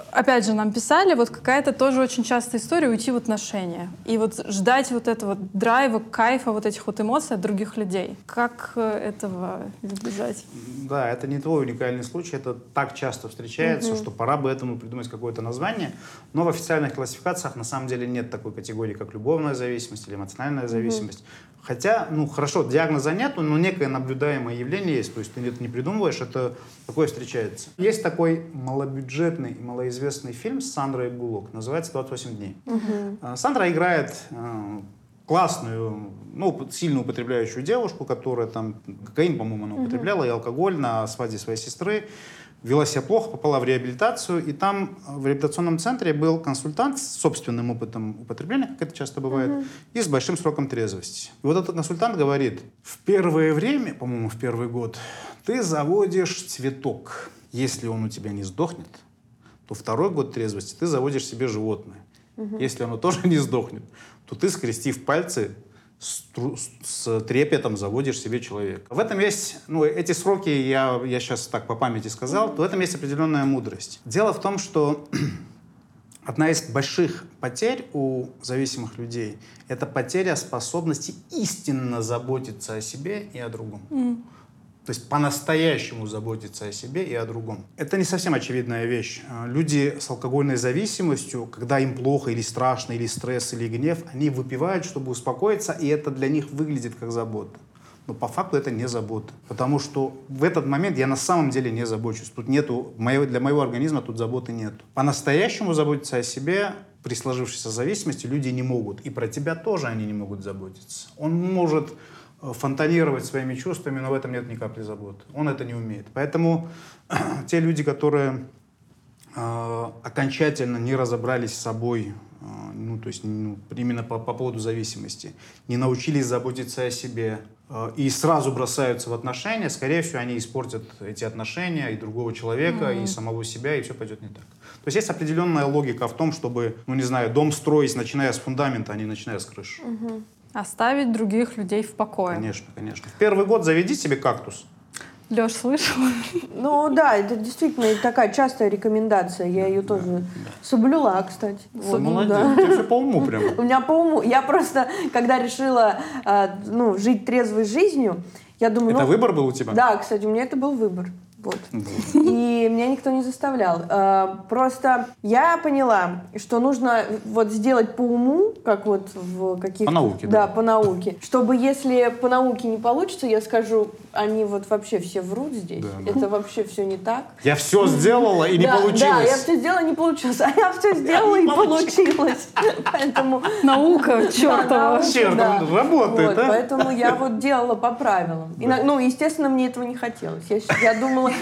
B: опять же, нам писали, вот какая-то тоже очень частая история уйти в отношения. И вот ждать вот этого драйва, кайфа, вот этих вот эмоций от других людей. Как этого избежать?
C: Да, это не твой уникальный случай, это так часто встречается, что пора бы этому придумать какое-то название. Но в официальных классификациях на самом деле нет такой категории, как любовная зависимость или эмоциональная зависимость. Хотя, хорошо, диагноза нету, но некое наблюдаемое явление есть. То есть ты это не придумываешь, это такое встречается. Есть такой малобюджетный и малоизвестный фильм с Сандрой Буллок, называется «28 дней». Сандра играет классную, сильно употребляющую девушку, которая там, кокаин, по-моему, она употребляла, и алкоголь на свадьбе своей сестры. Вела себя плохо, попала в реабилитацию, и там в реабилитационном центре был консультант с собственным опытом употребления, как это часто бывает, и с большим сроком трезвости. И вот этот консультант говорит: в первое время, по-моему, в первый год, ты заводишь цветок. Если он у тебя не сдохнет, то второй год трезвости ты заводишь себе животное. Если оно тоже не сдохнет, то ты, скрестив пальцы, с трепетом заводишь себе человека. В этом есть, эти сроки я сейчас так по памяти сказал, то в этом есть определенная мудрость. Дело в том, что одна из больших потерь у зависимых людей — это потеря способности истинно заботиться о себе и о другом. То есть по-настоящему заботиться о себе и о другом. Это не совсем очевидная вещь. Люди с алкогольной зависимостью, когда им плохо или страшно, или стресс, или гнев, они выпивают, чтобы успокоиться, и это для них выглядит как забота. Но по факту это не забота. Потому что в этот момент я на самом деле не забочусь. Тут нету, для моего организма тут заботы нет. По-настоящему заботиться о себе при сложившейся зависимости люди не могут. И про тебя тоже они не могут заботиться. Он может фонтанировать своими чувствами, но в этом нет ни капли заботы. Он это не умеет. Поэтому те люди, которые окончательно не разобрались с собой, именно по поводу зависимости, не научились заботиться о себе и сразу бросаются в отношения, скорее всего, они испортят эти отношения и другого человека, и самого себя, и все пойдет не так. То есть есть определенная логика в том, чтобы, дом строить, начиная с фундамента, а не начиная с крыши.
B: Оставить других людей в покое.
C: Конечно, конечно. В первый год заведи себе кактус.
B: Лёш, слышал?
A: Да, это действительно такая частая рекомендация. Я ее тоже соблюла, кстати.
C: Молодец, у тебя все по уму прям.
A: У меня по уму. Я просто, когда решила жить трезвой жизнью, я думаю...
C: Это выбор был у тебя?
A: Да, кстати, у меня это был выбор. Вот. И меня никто не заставлял. Просто я поняла, что нужно сделать по уму, как в каких-то...
C: По науке,
A: да. По науке. Чтобы, если по науке не получится, я скажу, они вообще все врут здесь. Да. Это вообще все не так.
C: Я все сделала и не получилось.
A: Да, я все сделала, не получилось. А я все сделала и получилось. Поэтому...
B: Наука чертова.
C: Чертова, работает, да?
A: Поэтому я делала по правилам. Естественно, мне этого не хотелось. Я думала,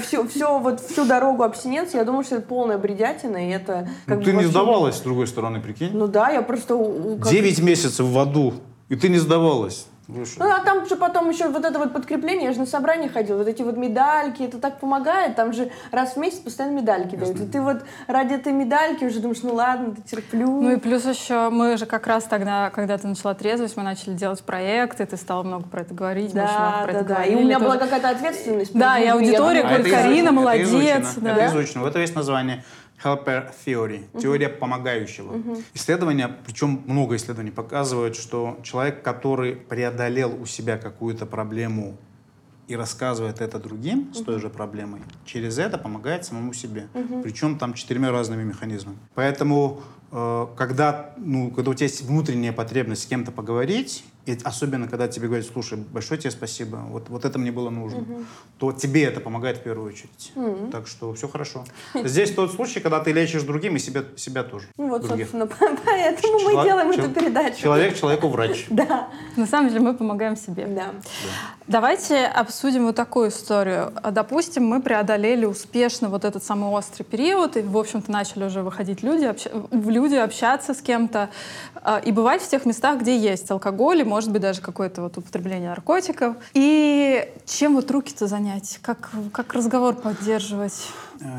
A: всю дорогу абстиненции, я думала, что это полная бредятина, и это...
C: Ты не сдавалась, с другой стороны, прикинь?
A: Я просто...
C: 9 месяцев в аду, и ты не сдавалась.
A: А там же потом еще это подкрепление, я же на собрание ходила, эти медальки, это так помогает, там же раз в месяц постоянно медальки дают. И ты ради этой медальки уже думаешь, ладно, терплю.
B: И плюс еще мы же как раз тогда, когда ты начала трезвость, мы начали делать проекты, ты стала много про это говорить,
A: Да. И у меня была какая-то ответственность.
B: Да, и аудитория говорит, Карина, молодец.
C: Это изучено. Это есть название Helper Theory, теория помогающего. Исследования, причем много исследований, показывают, что человек, который преодолел у себя какую-то проблему и рассказывает это другим с той же проблемой, через это помогает самому себе. Причем там 4 разными механизмами. Поэтому, когда у тебя есть внутренняя потребность с кем-то поговорить, и особенно, когда тебе говорят, слушай, большое тебе спасибо, вот это мне было нужно, то тебе это помогает в первую очередь. Так что все хорошо. Здесь тот случай, когда ты лечишь другим и себя тоже.
A: Собственно, поэтому мы делаем эту передачу.
C: Человек человеку врач.
A: Да.
B: На самом деле мы помогаем себе.
A: Да.
B: Давайте обсудим вот такую историю. Допустим, мы преодолели успешно этот самый острый период, и, в общем-то, начали уже выходить люди, общаться с кем-то, и бывать в тех местах, где есть алкоголь, и, может быть, даже какое-то употребление наркотиков. И чем руки-то занять? Как разговор поддерживать?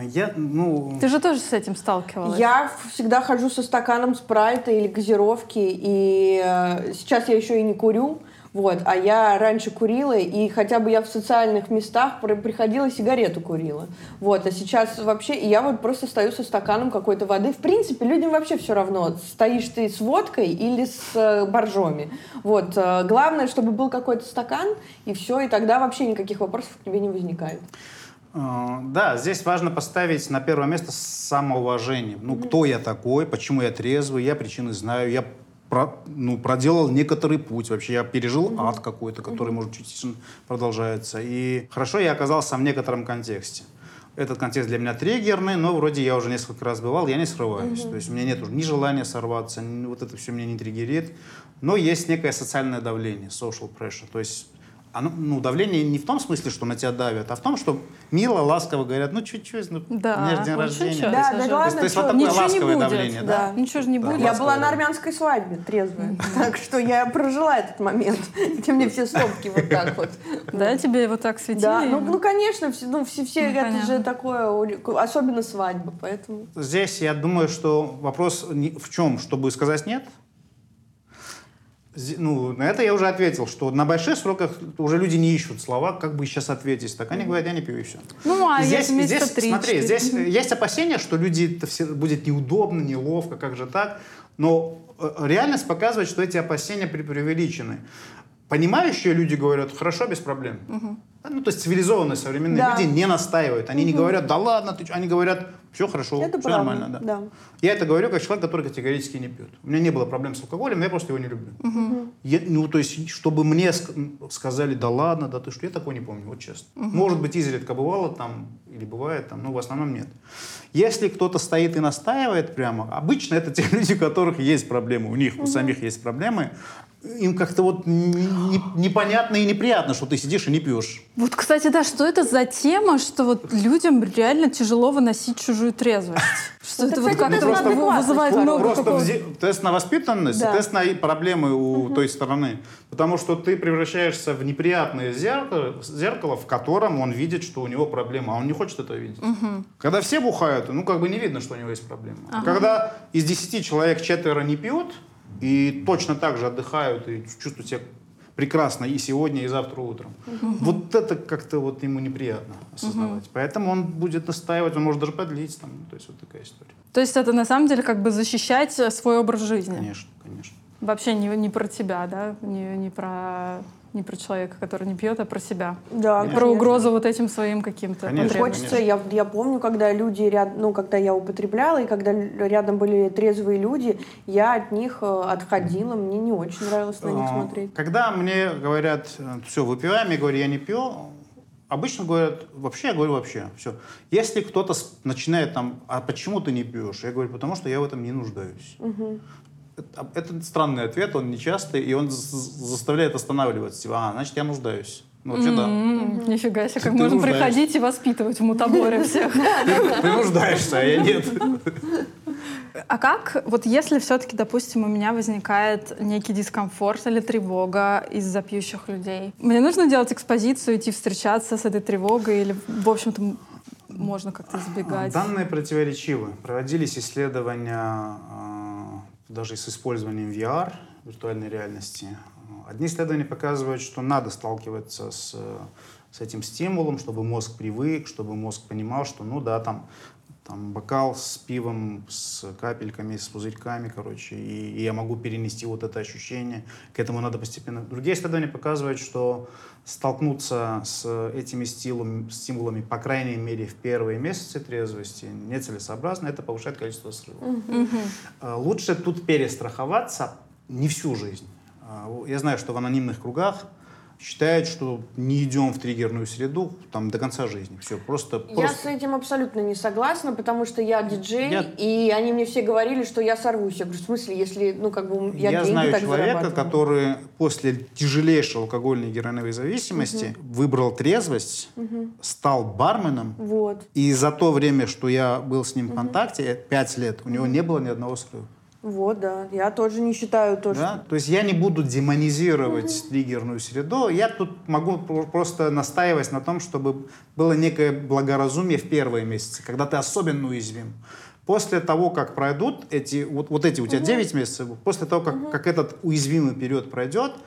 B: Ты же тоже с этим сталкивалась?
A: Я всегда хожу со стаканом спрайта или газировки, и сейчас я еще и не курю. Вот. А я раньше курила, и хотя бы я в социальных местах приходила, сигарету курила. Вот. А сейчас вообще... И я вот просто стою со стаканом какой-то воды. В принципе, людям вообще все равно, стоишь ты с водкой или с боржоми. Вот. Главное, чтобы был какой-то стакан, и все, и тогда вообще никаких вопросов к тебе не возникает.
C: Да, здесь важно поставить на первое место самоуважение. Ну, кто я такой, почему я трезвый, я причины знаю, я проделал некоторый путь. Вообще я пережил ад какой-то, который, может, частично продолжается. И хорошо, я оказался в некотором контексте. Этот контекст для меня триггерный, но вроде я уже несколько раз бывал, я не срываюсь. То есть у меня нет уже ни желания сорваться, вот это все меня не триггерит. Но есть некое социальное давление, social pressure. То есть давление не в том смысле, что на тебя давят, а в том, что мило, ласково говорят, ну чуть-чуть, ну,
B: Да,
C: у меня же день
B: вот
C: рождения.
B: чуть-чуть.
A: Да, да, ладно,
C: то есть вот такое
B: ничего не
C: ласковое
B: будет,
C: давление, да?
B: Ничего же не будет.
A: Я была на армянской свадьбе трезвая, так что я прожила этот момент, где мне все стопки вот так вот.
B: Да, тебе вот так светили?
A: Да, ну конечно, все это
B: понятно.
A: же такое, особенно свадьба, поэтому...
C: Здесь я думаю, что вопрос в чем, чтобы сказать «нет». На это я уже ответил, что на больших сроках уже люди не ищут слова, как бы сейчас ответить. Так они говорят, я не пью, и все.
B: Ну, а
C: здесь,
B: если месяца 3-4?
C: Смотри, здесь есть опасения, что люди это все будет неудобно, неловко, как же так. Но реальность показывает, что эти опасения преувеличены. Понимающие люди говорят, хорошо, без проблем. Ну, то есть цивилизованные современные люди не настаивают. Они не говорят, да ладно, они говорят, все хорошо,
A: Это
C: все
A: правда,
C: нормально.
A: да.
C: Я это говорю как человек, который категорически не пьет. У меня не было проблем с алкоголем, но я просто его не люблю. То есть, чтобы мне сказали, да ладно, да ты что, я такого не помню, вот честно. Может быть, изредка бывало там, или бывает там, но в основном нет. Если кто-то стоит и настаивает прямо, обычно это те люди, у которых есть проблемы, у них, у самих есть проблемы, им как-то вот непонятно и неприятно, что ты сидишь и не пьешь.
B: Вот, кстати, да, что это за тема, что вот людям реально тяжело выносить чужую трезвость? Что это вот как-то вызывает много какого-то...
C: Тест на воспитанность, тест на проблемы у той стороны. Потому что ты превращаешься в неприятное зеркало, в котором он видит, что у него проблема, а он не хочет этого видеть. Когда все бухают, как бы не видно, что у него есть проблема. Когда из 10 человек 4 не пьют, и точно так же отдыхают и чувствуют себя прекрасно и сегодня, и завтра утром. Вот это как-то вот ему неприятно осознавать. Поэтому он будет настаивать, он может даже подлить. То есть вот такая история.
B: То есть это на самом деле как бы защищать свой образ жизни?
C: Конечно, конечно.
B: Вообще не про тебя, да? Не про человека, который не пьет, а про себя.
A: Да,
B: про угрозу вот этим своим каким-то потребностям.
A: Хочется, я помню, когда люди когда я употребляла, и когда рядом были трезвые люди, я от них отходила, мне не очень нравилось на них смотреть.
C: Когда мне говорят, все, выпиваем, я говорю, я не пью, обычно говорят, вообще, я говорю, вообще, все. Если кто-то начинает а почему ты не пьешь? Я говорю, потому что я в этом не нуждаюсь. Это странный ответ, он нечастый, и он заставляет останавливаться. Значит, я нуждаюсь. Вообще, да.
B: Нифига себе, как можно приходить и воспитывать в мутаборе всех.
C: Ты нуждаешься, а я нет.
B: А как, вот если все-таки, допустим, у меня возникает некий дискомфорт или тревога из-за пьющих людей, мне нужно делать экспозицию, идти встречаться с этой тревогой или, в общем-то, можно как-то избегать?
C: Данные противоречивы. Проводились исследования даже с использованием VR, виртуальной реальности. Одни исследования показывают, что надо сталкиваться с этим стимулом, чтобы мозг привык, чтобы мозг понимал, что там бокал с пивом, с капельками, с пузырьками, и я могу перенести вот это ощущение. К этому надо постепенно. Другие исследования показывают, что столкнуться с этими стимулами, по крайней мере, в первые месяцы трезвости нецелесообразно, это повышает количество срывов. Лучше тут перестраховаться не всю жизнь. Я знаю, что в анонимных кругах считают, что не идем в триггерную среду до конца жизни. Все, просто...
A: Я с этим абсолютно не согласна, потому что я диджей, и они мне все говорили, что я сорвусь. Я говорю, в смысле, если, я деньги так зарабатываю?
C: Я знаю человека, который после тяжелейшей алкогольной и героиновой зависимости выбрал трезвость, стал барменом, и за то время, что я был с ним в контакте, 5 лет, у него не было ни одного срыва.
A: Я тоже не считаю то, что...
C: То есть я не буду демонизировать триггерную среду, я тут могу просто настаивать на том, чтобы было некое благоразумие в первые месяцы, когда ты особенно уязвим. После того, как пройдут эти у тебя 9 месяцев, после того, как этот уязвимый период пройдет,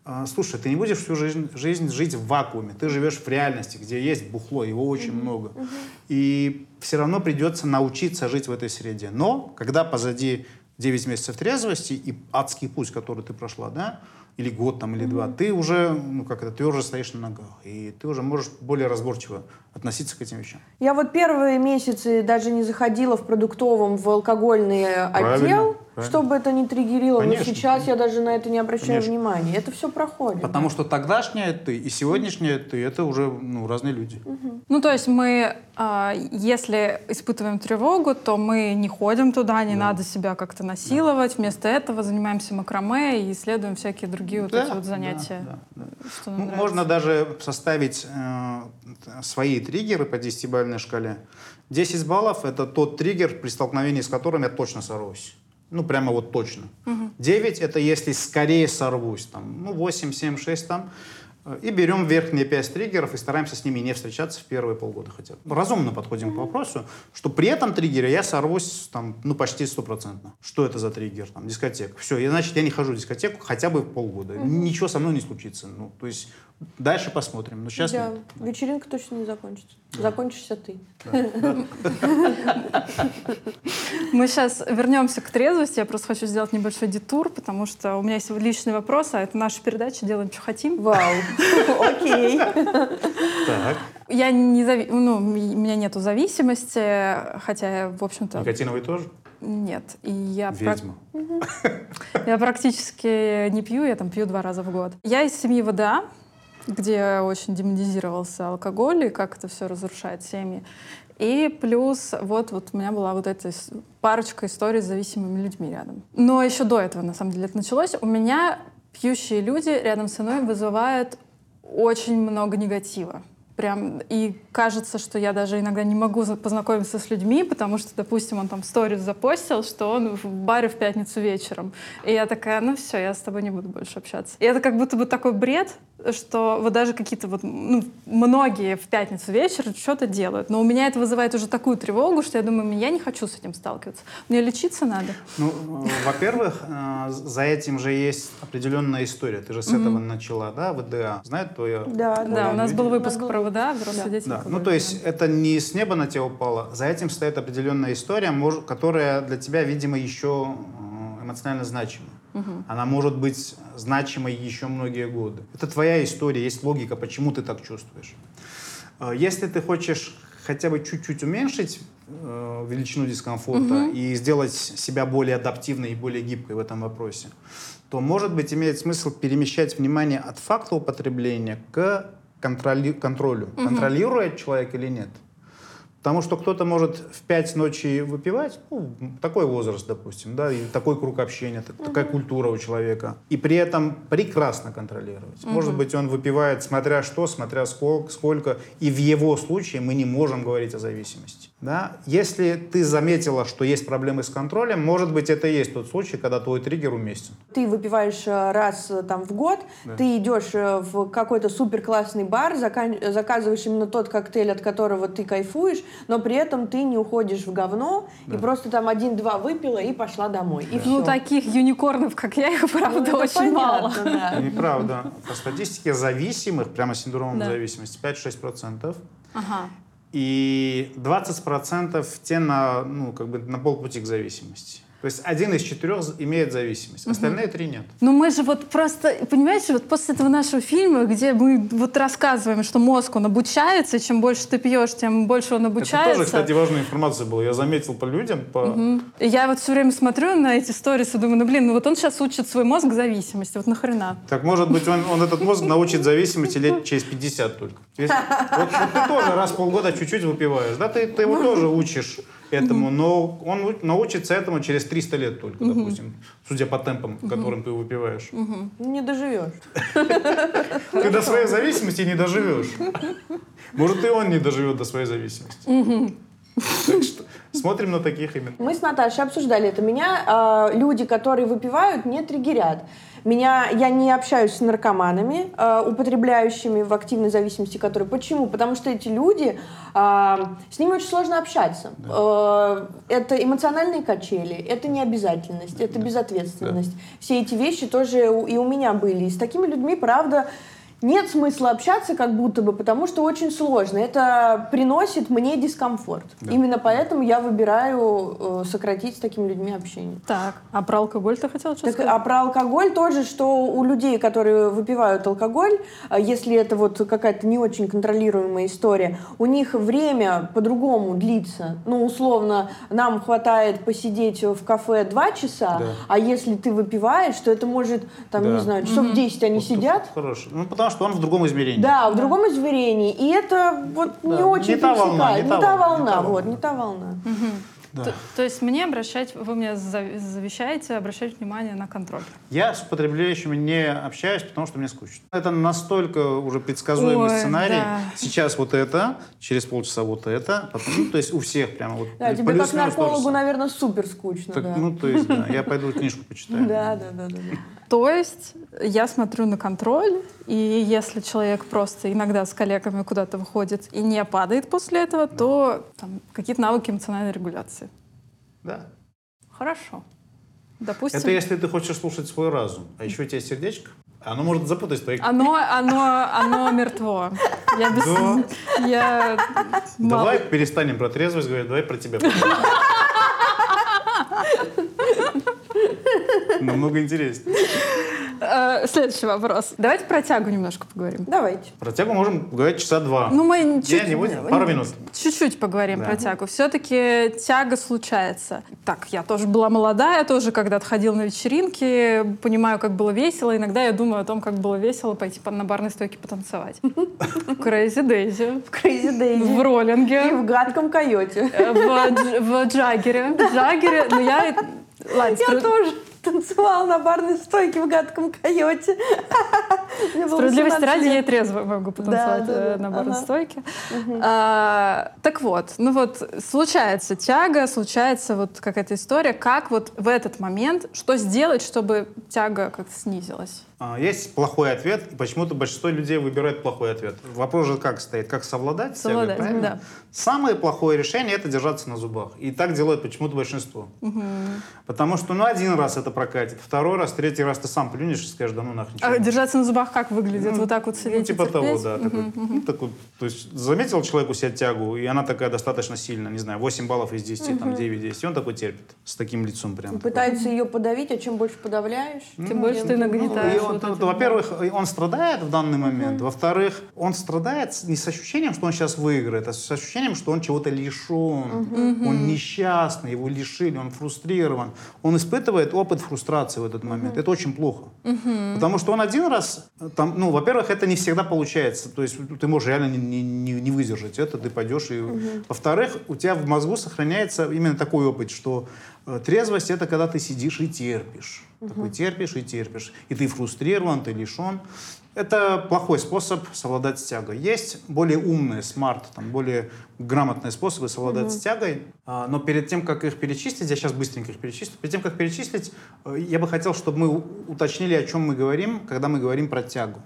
C: Слушай, ты не будешь всю жизнь жить в вакууме. Ты живешь в реальности, где есть бухло, его очень много. И все равно придется научиться жить в этой среде. Но когда позади 9 месяцев трезвости и адский путь, который ты прошла, да, или год там, или 2, ты уже, ты уже стоишь на ногах, и ты уже можешь более разборчиво относиться к этим вещам.
A: Я вот первые месяцы даже не заходила в продуктовом, в алкогольный отдел, чтобы это не триггерило. Но сейчас я даже на это не обращаю внимания. Это все проходит.
C: Потому что тогдашняя ты и сегодняшняя ты — это уже разные люди.
B: Ну, то есть мы, если испытываем тревогу, то мы не ходим туда, не надо себя как-то насиловать. Вместо этого занимаемся макраме и исследуем всякие другие вот эти вот занятия. Что нам нравится.
C: Можно даже составить свои триггеры по 10-бальной шкале. 10 баллов — это тот триггер, при столкновении с которым я точно сорвусь. Прямо вот точно. 9 — это если скорее сорвусь. 8, 7, 6 там. И берем верхние 5 триггеров и стараемся с ними не встречаться в первые полгода хотя бы. Разумно подходим к вопросу, что при этом триггере я сорвусь почти 100%. Что это за триггер? Дискотека. Все, значит, я не хожу в дискотеку хотя бы полгода. Ничего со мной не случится. То есть дальше посмотрим. Но сейчас нет.
A: Вечеринка точно не закончится. Да. Закончишься ты.
B: Мы сейчас вернемся к трезвости. Я просто хочу сделать небольшой детур, потому что у меня есть личный вопрос, а это наша передача «Делаем, что хотим».
A: Вау, окей.
B: Я не у меня нету зависимости, хотя я, в общем-то...
C: Никотиновый тоже?
B: Нет. И я
C: Ведьма.
B: Я практически не пью, я пью 2 раза в год. Я из семьи ВДА, где очень демонизировался алкоголь и как это все разрушает семьи. И плюс вот у меня была вот эта парочка историй с зависимыми людьми рядом. Но еще до этого, на самом деле, это началось. У меня пьющие люди рядом со мной вызывают очень много негатива. И кажется, что я даже иногда не могу познакомиться с людьми, потому что, допустим, он в сторис запостил, что он в баре в пятницу вечером. И я такая, все, я с тобой не буду больше общаться. И это как будто бы такой бред, что вот даже какие-то многие в пятницу вечером что-то делают. Но у меня это вызывает уже такую тревогу, что я думаю, я не хочу с этим сталкиваться. Мне лечиться надо.
C: Во-первых, за этим же есть определенная история. Ты же с этого начала, да, ВДА? Знает твоя?
A: Да,
B: у нас был выпуск про ВДА, взрослые дети.
C: Да. То есть это не с неба на тебя упало. За этим стоит определенная история, которая для тебя, видимо, еще эмоционально значима. Она может быть значимой еще многие годы. Это твоя история, есть логика, почему ты так чувствуешь. Если ты хочешь хотя бы чуть-чуть уменьшить величину дискомфорта и сделать себя более адаптивной и более гибкой в этом вопросе, то, может быть, имеет смысл перемещать внимание от факта употребления к контролю. Контролирует человек или нет? Потому что кто-то может в 5 ночи выпивать, такой возраст, допустим, да, и такой круг общения, такая культура у человека, и при этом прекрасно контролировать. Может быть, он выпивает смотря что, смотря сколько, и в его случае мы не можем говорить о зависимости. Да? Если ты заметила, что есть проблемы с контролем, может быть, это и есть тот случай, когда твой триггер уместен.
A: Ты выпиваешь раз в год, ты идешь в какой-то супер классный бар, заказываешь именно тот коктейль, от которого ты кайфуешь, но при этом ты не уходишь в говно и просто 1-2 выпила и пошла домой. И все.
B: Таких юникорнов, как я, их, правда, очень мало.
A: Да.
C: Неправда. По статистике зависимых, прямо синдромом зависимости, 5-6%. И 20% те на полпути к зависимости. То есть 1 из 4 имеет зависимость, остальные 3 нет.
B: Мы же просто, понимаете, после этого нашего фильма, где мы рассказываем, что мозг, он обучается, и чем больше ты пьешь, тем больше он обучается.
C: Это тоже, кстати, важная информация была. Я заметил по людям.
B: И я все время смотрю на эти сторис и думаю, он сейчас учит свой мозг зависимости, нахрена?
C: Так, может быть, он этот мозг научит зависимости лет через 50 только. Вот ты тоже раз в полгода чуть-чуть выпиваешь, да, ты его тоже учишь этому, но он научится этому через 300 лет только, допустим, судя по темпам, которым ты выпиваешь.
A: Не доживешь.
C: Ты до своей зависимости не доживешь. Может, и он не доживет до своей зависимости. Смотрим на таких именно.
A: Мы с Наташей обсуждали это. Меня люди, которые выпивают, не триггерят. Я не общаюсь с наркоманами, употребляющими в активной зависимости, которые... Почему? Потому что эти люди, с ними очень сложно общаться. Да. Это эмоциональные качели, это необязательность, это безответственность. Да. Все эти вещи тоже и у меня были. И с такими людьми, правда... Нет смысла общаться как будто бы, потому что очень сложно. Это приносит мне дискомфорт. Да. Именно поэтому я выбираю сократить с такими людьми общение.
B: Так, а про алкоголь ты хотела что-то сказать?
A: А про алкоголь тоже, что у людей, которые выпивают алкоголь, если это вот какая-то не очень контролируемая история, у них время по-другому длится. Ну, условно, нам хватает посидеть в кафе 2 часа, да. А если ты выпиваешь, то это может, там, да. Не знаю, часов 10 они сидят.
C: Хорошо. Ну, потому что он в другом измерении.
A: Да, в другом измерении. И это вот да. Не очень пересекает. Не та волна.
B: Угу. Да. То есть вы мне завещаете обращать внимание на контроль?
C: Я с употребляющими не общаюсь, потому что мне скучно. Это настолько уже предсказуемый сценарий. Да. Сейчас вот это, через полчаса вот это. Потом, то есть у всех прямо вот.
A: Да, тебе как наркологу, наверное, супер скучно.
C: Так, да. Ну, то есть, да, я пойду книжку почитаю.
A: Да.
B: То есть я смотрю на контроль, и если человек просто иногда с коллегами куда-то выходит и не падает после этого, да. То там, какие-то навыки эмоциональной регуляции.
C: Да.
B: Хорошо. Допустим...
C: Это если ты хочешь слушать свой разум. А еще у тебя сердечко, оно может запутать твоих...
B: Оно мертво.
C: Давай перестанем про трезвость говорить, давай про тебя. Намного интереснее.
B: Следующий вопрос. Давайте про тягу немножко поговорим.
A: Давайте.
C: Про тягу можем говорить часа 2.
B: Ну, мы
C: пару минут.
B: Чуть-чуть поговорим про тягу. Все-таки тяга случается. Так, я тоже была молодая, тоже когда-то ходила на вечеринки, понимаю, как было весело. Иногда я думаю о том, как было весело пойти на барной стойке потанцевать. В Crazy Daisy.
A: В Crazy Daisy.
B: В роллинге.
A: И в гадком койоте.
B: В джаггере. Ну, я
A: тоже танцевала на барной стойке в гадком койоте.
B: Справедливости ради, я и трезво могу потанцевать на барной стойке. Так вот, случается тяга, случается вот какая-то история. Как вот в этот момент, что сделать, чтобы тяга как-то снизилась?
C: Есть плохой ответ, и почему-то большинство людей выбирает плохой ответ. Вопрос же как стоит? Как совладать с тягой, правильно?
B: Да.
C: Самое плохое решение — это держаться на зубах. И так делает почему-то большинство. Угу. Потому что, один раз это прокатит, второй раз, третий раз ты сам плюнешь и скажешь, да ну нахрен.
B: А держаться на зубах как выглядит? Вот так вот сидеть
C: типа того, да. То есть заметил человек у себя тягу, и она такая достаточно сильная, не знаю, 8 баллов из 10, там 9-10, и он такой терпит, с таким лицом прям.
A: Пытается ее подавить, а чем больше подавляешь,
B: тем больше ты нагнетаешь.
C: Во-первых, он страдает в данный момент. Во-вторых, он страдает не с ощущением, что он сейчас выиграет, а с ощущением, что он чего-то лишен. Он несчастный, его лишили, он фрустрирован. Он испытывает опыт фрустрации в этот момент. Это очень плохо. Потому что он один раз, во-первых, это не всегда получается. То есть ты можешь реально не выдержать это, ты пойдешь. Во-вторых, у тебя в мозгу сохраняется именно такой опыт, что трезвость — это когда ты сидишь и терпишь. Такой терпишь и терпишь. И ты фрустрирован, ты лишен. Это плохой способ совладать с тягой. Есть более умные, более грамотные способы совладать с тягой. Но перед тем, как их перечислить, я сейчас быстренько их перечислю, перед тем, как перечислить, я бы хотел, чтобы мы уточнили, о чем мы говорим, когда мы говорим про тягу.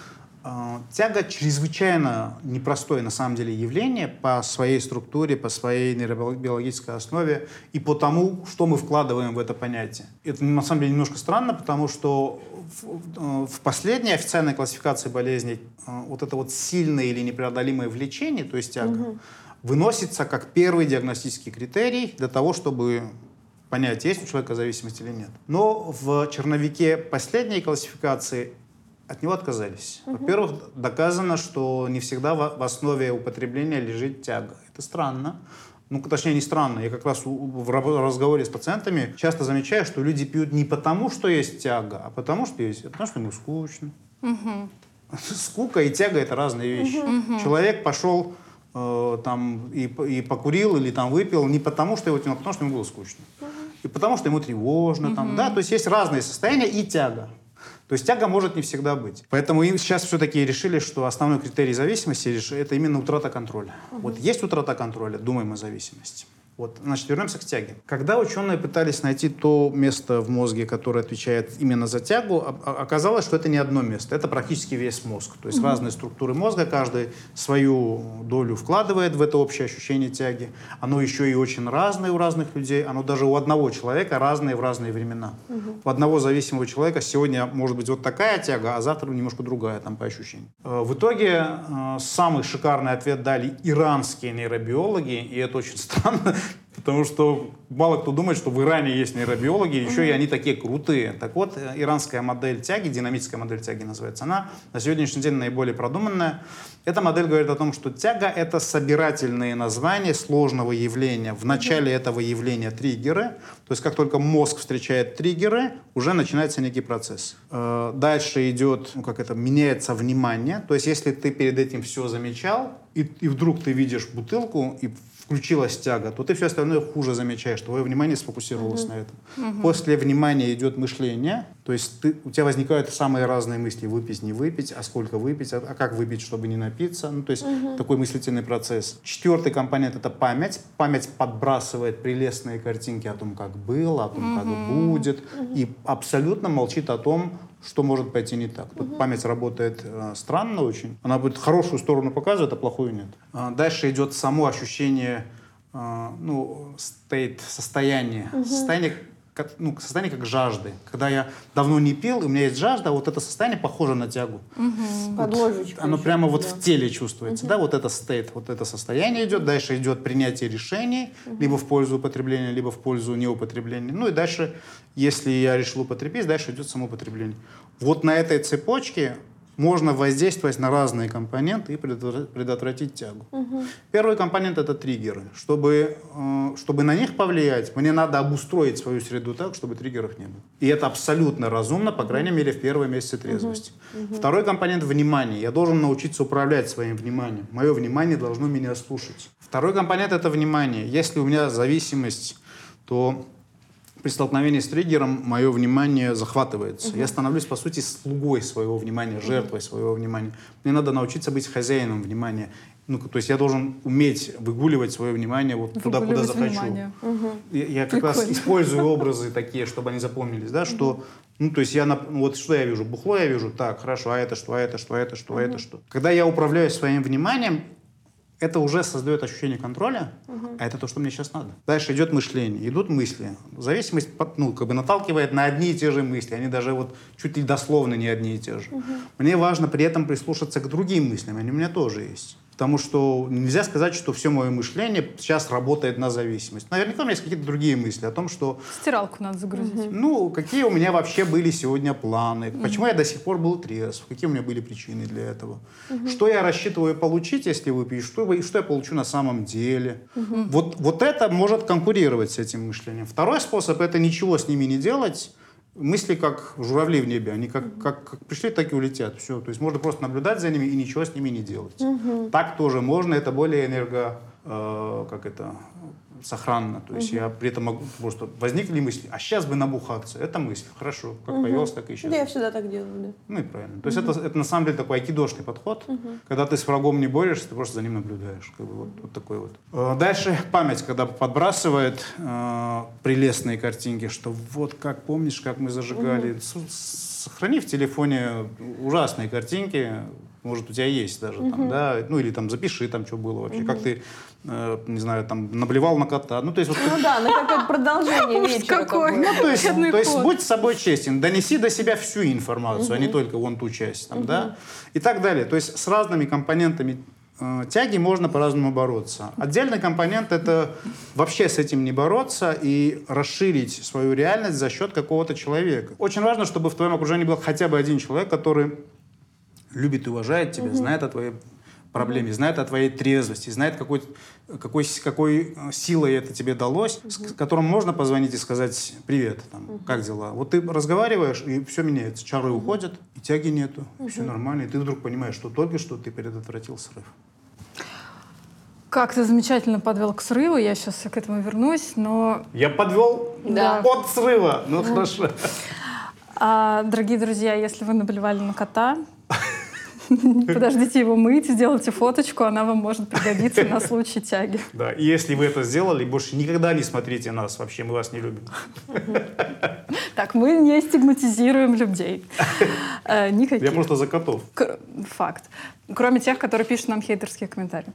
C: Тяга чрезвычайно непростое на самом деле явление по своей структуре, по своей нейробиологической основе и по тому, что мы вкладываем в это понятие. Это на самом деле немножко странно, потому что в последней официальной классификации болезней вот это вот сильное или непреодолимое влечение, то есть тяга, выносится как первый диагностический критерий для того, чтобы понять, есть у человека зависимость или нет. Но в черновике последней классификации от него отказались. Во-первых, доказано, что не всегда в основе употребления лежит тяга. Это странно. Точнее, не странно. Я как раз в разговоре с пациентами часто замечаю, что люди пьют не потому, что есть тяга, а потому, что ему скучно. Скука и тяга — это разные вещи. Человек пошел и покурил или выпил не потому, что его тянуло, а потому, что ему было скучно. И потому, что ему тревожно. То есть есть разные состояния и тяга. То есть тяга может не всегда быть. Поэтому сейчас все-таки решили, что основной критерий зависимости — это именно утрата контроля. Вот есть утрата контроля, думаем о зависимости. Вот, значит, вернемся к тяге. Когда ученые пытались найти то место в мозге, которое отвечает именно за тягу, оказалось, что это не одно место, это практически весь мозг. То есть разные структуры мозга, каждый свою долю вкладывает в это общее ощущение тяги. Оно еще и очень разное у разных людей, оно даже у одного человека разное в разные времена. У одного зависимого человека сегодня может быть вот такая тяга, а завтра немножко другая там по ощущениям. В итоге самый шикарный ответ дали иранские нейробиологи, и это очень странно, потому что мало кто думает, что в Иране есть нейробиологи, еще и они такие крутые. Так вот, иранская модель тяги, динамическая модель тяги называется, она на сегодняшний день наиболее продуманная. Эта модель говорит о том, что тяга — это собирательные названия сложного явления. В начале этого явления триггеры, то есть как только мозг встречает триггеры, уже начинается некий процесс. Дальше идет, меняется внимание. То есть если ты перед этим все замечал, и вдруг ты видишь бутылку, и включилась тяга, то ты все остальное хуже замечаешь, твое внимание сфокусировалось на этом. После внимания идет мышление, то есть у тебя возникают самые разные мысли: выпить, не выпить, а сколько выпить, а как выпить, чтобы не напиться. Ну, то есть такой мыслительный процесс. Четвертый компонент — это память. Память подбрасывает прелестные картинки о том, как было, о том, как будет, и абсолютно молчит о том, что может пойти не так. Тут память работает странно очень. Она будет хорошую сторону показывать, а плохую нет. Дальше идет само ощущение, состояние. Состояние как жажды. Когда я давно не пил, и у меня есть жажда, вот это состояние похоже на тягу.
A: Под ложечкой.
C: Оно прямо вот в теле чувствуется. Да? Вот это стейт, вот это состояние идет. Дальше идет принятие решений, либо в пользу употребления, либо в пользу неупотребления. Ну и дальше, если я решил употребить, дальше идет само употребление. Вот на этой цепочке можно воздействовать на разные компоненты и предотвратить тягу. Первый компонент — это триггеры. Чтобы на них повлиять, мне надо обустроить свою среду так, чтобы триггеров не было. И это абсолютно разумно, по крайней мере, в первые месяцы трезвости. Второй компонент — внимание. Я должен научиться управлять своим вниманием. Мое внимание должно меня слушать. Второй компонент — это внимание. Если у меня зависимость, то при столкновении с триггером мое внимание захватывается. Я становлюсь, по сути, слугой своего внимания, жертвой своего внимания. Мне надо научиться быть хозяином внимания. То есть я должен уметь выгуливать свое внимание вот туда, куда захочу. Я как раз использую образы такие, чтобы они запомнились, да, что, то есть вот что я вижу? Бухло я вижу, так, хорошо, а это что, а это что, а это что, а это что. Когда я управляю своим вниманием, это уже создает ощущение контроля, а это то, что мне сейчас надо. Дальше идет мышление, идут мысли. Зависимость наталкивает на одни и те же мысли. Они даже вот чуть ли дословно не одни и те же. Мне важно при этом прислушаться к другим мыслям, они у меня тоже есть. Потому что нельзя сказать, что все мое мышление сейчас работает на зависимость. Наверняка у меня есть какие-то другие мысли о том, что...
B: Стиралку надо загрузить.
C: Какие у меня вообще были сегодня планы, почему я до сих пор был трезв, какие у меня были причины для этого, что я рассчитываю получить, если выпью, что я получу на самом деле. Вот это может конкурировать с этим мышлением. Второй способ — это ничего с ними не делать. Мысли как журавли в небе, они как пришли, так и улетят. Все. То есть можно просто наблюдать за ними и ничего с ними не делать. Так тоже можно, это более сохранно. То есть я при этом могу просто... Возникли мысли, а сейчас бы набухаться. Это мысль. Хорошо. Как появилась, так и исчезла.
A: Да, я всегда так делаю, да.
C: Ну и правильно. То есть это на самом деле такой айкидошный подход. Когда ты с врагом не борешься, ты просто за ним наблюдаешь. Вот такой вот. Дальше память, когда подбрасывает прелестные картинки, что вот как помнишь, как мы зажигали. Сохрани в телефоне ужасные картинки. Может, у тебя есть даже там, да, или там запиши, там, что было вообще, как ты, не знаю, там, наблевал на кота. То есть,
A: на какое-то продолжение вечера.
C: То есть будь с собой честен, донеси до себя всю информацию, а не только вон ту часть, там, да, и так далее. То есть с разными компонентами тяги можно по-разному бороться. Отдельный компонент — это вообще с этим не бороться и расширить свою реальность за счет какого-то человека. Очень важно, чтобы в твоем окружении был хотя бы один человек, который любит и уважает тебя, знает о твоей проблеме, знает о твоей трезвости, знает, какой силой это тебе далось, с которым можно позвонить и сказать: «Привет, там, как дела?» Вот ты разговариваешь, и все меняется. Чары уходят, и тяги нету, и все нормально. И ты вдруг понимаешь, что только что ты предотвратил срыв.
B: Как ты замечательно подвел к срыву, я сейчас к этому вернусь, но...
C: Я подвел от срыва, хорошо.
B: Дорогие друзья, если вы наблевали на кота, Подождите его мыть, сделайте фоточку, она вам может пригодиться на случай тяги.
C: Да, и если вы это сделали, больше никогда не смотрите нас, вообще мы вас не любим.
B: Так, мы не стигматизируем людей. Никаких.
C: Я просто за котов.
B: Факт. Кроме тех, которые пишут нам хейтерские комментарии.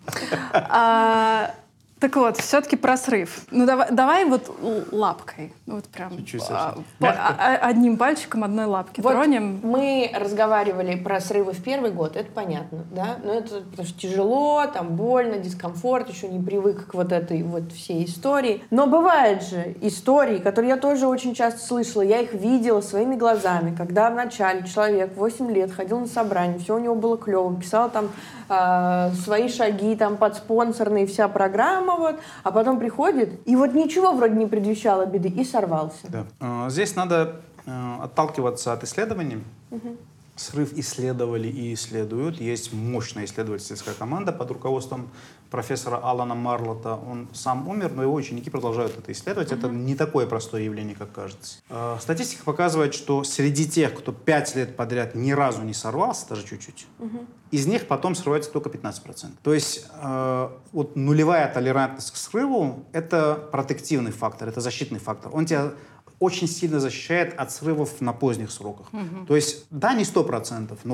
B: Так вот, все-таки про срыв. Ну давай вот лапкой. Вот прям
C: Чуть-чуть
B: одним пальчиком одной лапки
A: Вот
B: тронем.
A: мы разговаривали про срывы в первый год, это понятно, да? Но это потому что тяжело, там больно, дискомфорт, еще не привык к вот этой вот всей истории. Но бывают же истории, которые я тоже очень часто слышала, я их видела своими глазами, когда вначале человек 8 лет ходил на собрание, все у него было клево, писал там свои шаги там под спонсорные, вся программа, вот, а потом приходит, и вот ничего вроде не предвещало беды, и сорвался.
C: Да. Здесь надо отталкиваться от исследований. Срыв исследовали и исследуют. Есть мощная исследовательская команда под руководством профессора Алана Марлота. Он сам умер, но его ученики продолжают это исследовать. Это не такое простое явление, как кажется. Статистика показывает, что среди тех, кто 5 лет подряд ни разу не сорвался, даже чуть-чуть, из них потом срывается только 15%. То есть вот нулевая толерантность к срыву — это протективный фактор, это защитный фактор. Он тебя очень сильно защищает от срывов на поздних сроках. То есть, да, не 100%, но,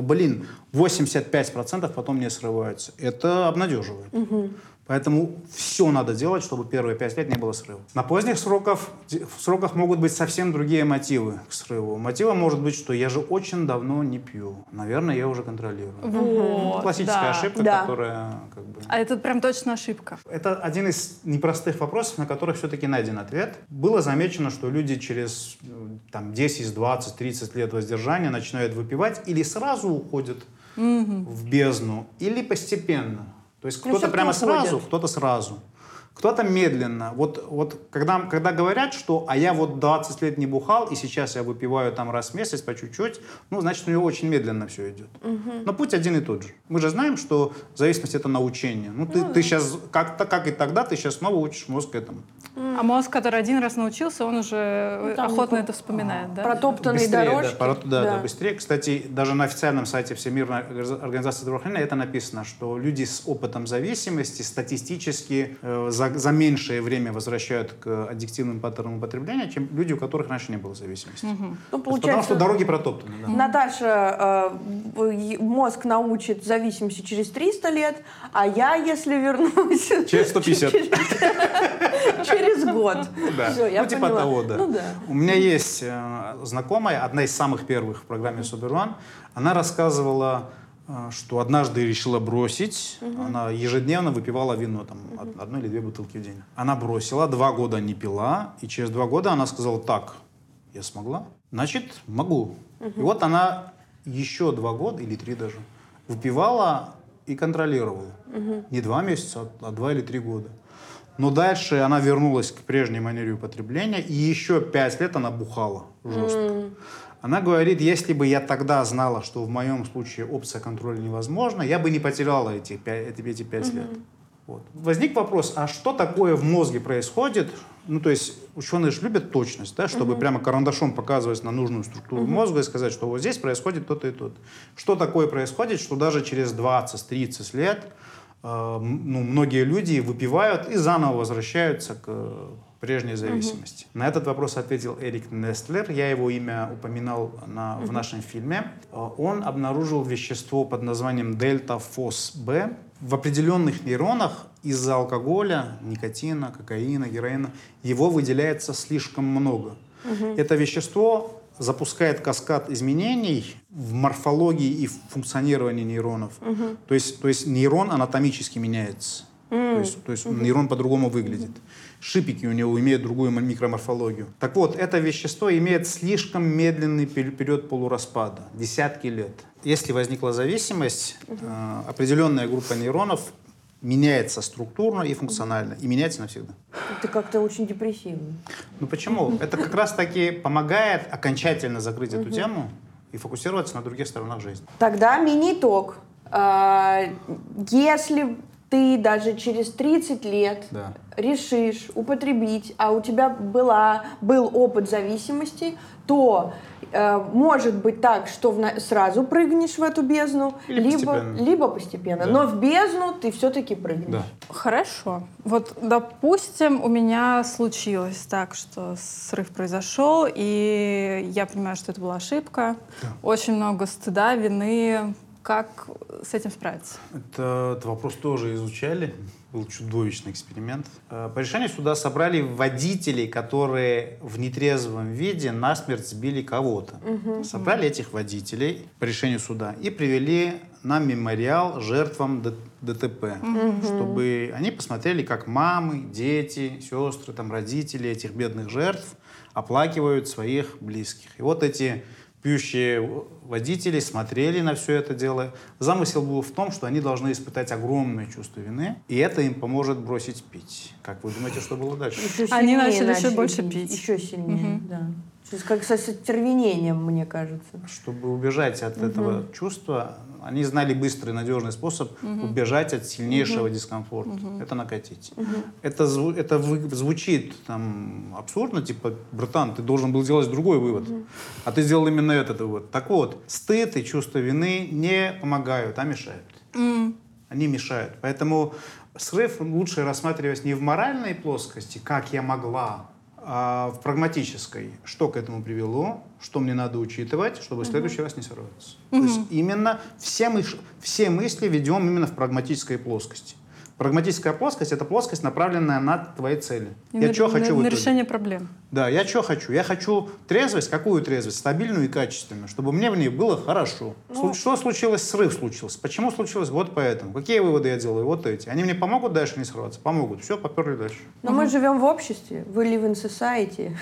C: 85% потом не срываются. Это обнадеживает. Поэтому все надо делать, чтобы первые 5 лет не было срыва. На поздних сроках могут быть совсем другие мотивы к срыву. Мотивом может быть, что я же очень давно не пью. Наверное, я уже контролирую.
B: Вот,
C: Классическая ошибка, которая...
B: А это прям точно ошибка.
C: Это один из непростых вопросов, на которых все-таки найден ответ. Было замечено, что люди через 10, 20, 30 лет воздержания начинают выпивать или сразу уходят в бездну, или постепенно. То есть кто-то прямо сразу, кто-то сразу. Кто-то медленно. Вот когда говорят, что «а я вот 20 лет не бухал, и сейчас я выпиваю там раз в месяц по чуть-чуть», ну, значит, у него очень медленно все идет. Но путь один и тот же. Мы же знаем, что зависимость — это научение. Ну, ты сейчас, как и тогда, ты сейчас снова учишь мозг этому.
B: А мозг, который один раз научился, он уже охотно это вспоминает, да?
A: Протоптанные дорожки.
C: Да, быстрее. Кстати, даже на официальном сайте Всемирной организации здравоохранения это написано, что люди с опытом зависимости статистически за меньшее время возвращают к аддиктивным паттернам употребления, чем люди, у которых раньше не было зависимости.
A: Ну,
C: Потому что дороги протоптаны. Да.
A: Наташа, мозг научит зависимости через 300 лет, а я, если вернусь...
C: Через 150.
A: Через год.
C: Да.
A: Все, я
C: типа
A: поняла.
C: того, да.
A: Ну, да.
C: У меня есть знакомая, одна из самых первых в программе Super1. Она рассказывала, что однажды решила бросить. Она ежедневно выпивала вино, там, 1 или 2 бутылки в день. Она бросила, 2 года не пила, и через 2 года она сказала: так, я смогла, значит, могу. И вот она еще 2 года, или 3 даже, выпивала и контролировала. Не 2 месяца, а 2 или 3 года. Но дальше она вернулась к прежней манере употребления, и еще 5 лет она бухала жестко. Она говорит, если бы я тогда знала, что в моем случае опция контроля невозможна, я бы не потеряла эти 5 лет. Вот. Возник вопрос, а что такое в мозге происходит? Ну, то есть ученые же любят точность, да, чтобы прямо карандашом показывать на нужную структуру мозга и сказать, что вот здесь происходит то-то и то-то. Что такое происходит, что даже через 20-30 лет многие люди выпивают и заново возвращаются к прежней зависимости. На этот вопрос ответил Эрик Нестлер, я его имя упоминал в нашем фильме. Он обнаружил вещество под названием дельта-фос-Б. В определенных нейронах из-за алкоголя, никотина, кокаина, героина его выделяется слишком много. Это вещество запускает каскад изменений в морфологии и в функционировании нейронов. То есть нейрон анатомически меняется. То есть нейрон по-другому выглядит. Шипики у него имеют другую микроморфологию. Так вот, это вещество имеет слишком медленный период полураспада, десятки лет. Если возникла зависимость, определенная группа нейронов меняется структурно и функционально, и меняется навсегда.
A: Это как-то очень депрессивно.
C: Ну почему? Это как раз-таки помогает окончательно закрыть эту тему и фокусироваться на других сторонах жизни.
A: Тогда мини-итог. Если ты даже через 30 лет решишь употребить, а у тебя был опыт зависимости, то может быть так, что сразу прыгнешь в эту бездну, либо постепенно. Но в бездну ты все-таки прыгнешь.
C: Да.
B: Хорошо. Вот, допустим, у меня случилось так, что срыв произошел, и я понимаю, что это была ошибка. Да. Очень много стыда, вины. Как с этим справиться?
C: Этот вопрос тоже изучали. Был чудовищный эксперимент. По решению суда собрали водителей, которые в нетрезвом виде насмерть сбили кого-то. Собрали этих водителей по решению суда и привели на мемориал жертвам ДТП, чтобы они посмотрели, как мамы, дети, сестры, там, родители этих бедных жертв оплакивают своих близких. И вот эти пьющие водители смотрели на все это дело. Замысел был в том, что они должны испытать огромное чувство вины, и это им поможет бросить пить. Как вы думаете, что было дальше?
B: Они начали еще больше пить.
A: Еще сильнее, да. Как со остервенением, мне кажется.
C: Чтобы убежать от этого чувства, они знали быстрый, надежный способ убежать от сильнейшего дискомфорта. Это накатить. Это звучит там абсурдно, типа, братан, ты должен был сделать другой вывод. А ты сделал именно этот вывод. Так вот, стыд и чувство вины не помогают, а мешают. Они мешают. Поэтому срыв лучше рассматривать не в моральной плоскости, как я могла, а в прагматической. Что к этому привело, что мне надо учитывать, чтобы в следующий раз не сорваться. То есть именно все мысли ведем именно в прагматической плоскости. Прагматическая плоскость — это плоскость, направленная на твои цели.
B: Я что хочу на решение проблем.
C: Да, я что хочу? Я хочу трезвость. Какую трезвость? Стабильную и качественную, чтобы мне в ней было хорошо. Что случилось? Срыв случился. Почему случилось? Вот поэтому. Какие выводы я делаю? Вот эти. Они мне помогут дальше не срываться? Помогут. Все, поперли дальше.
A: Но мы живем в обществе. We live in society.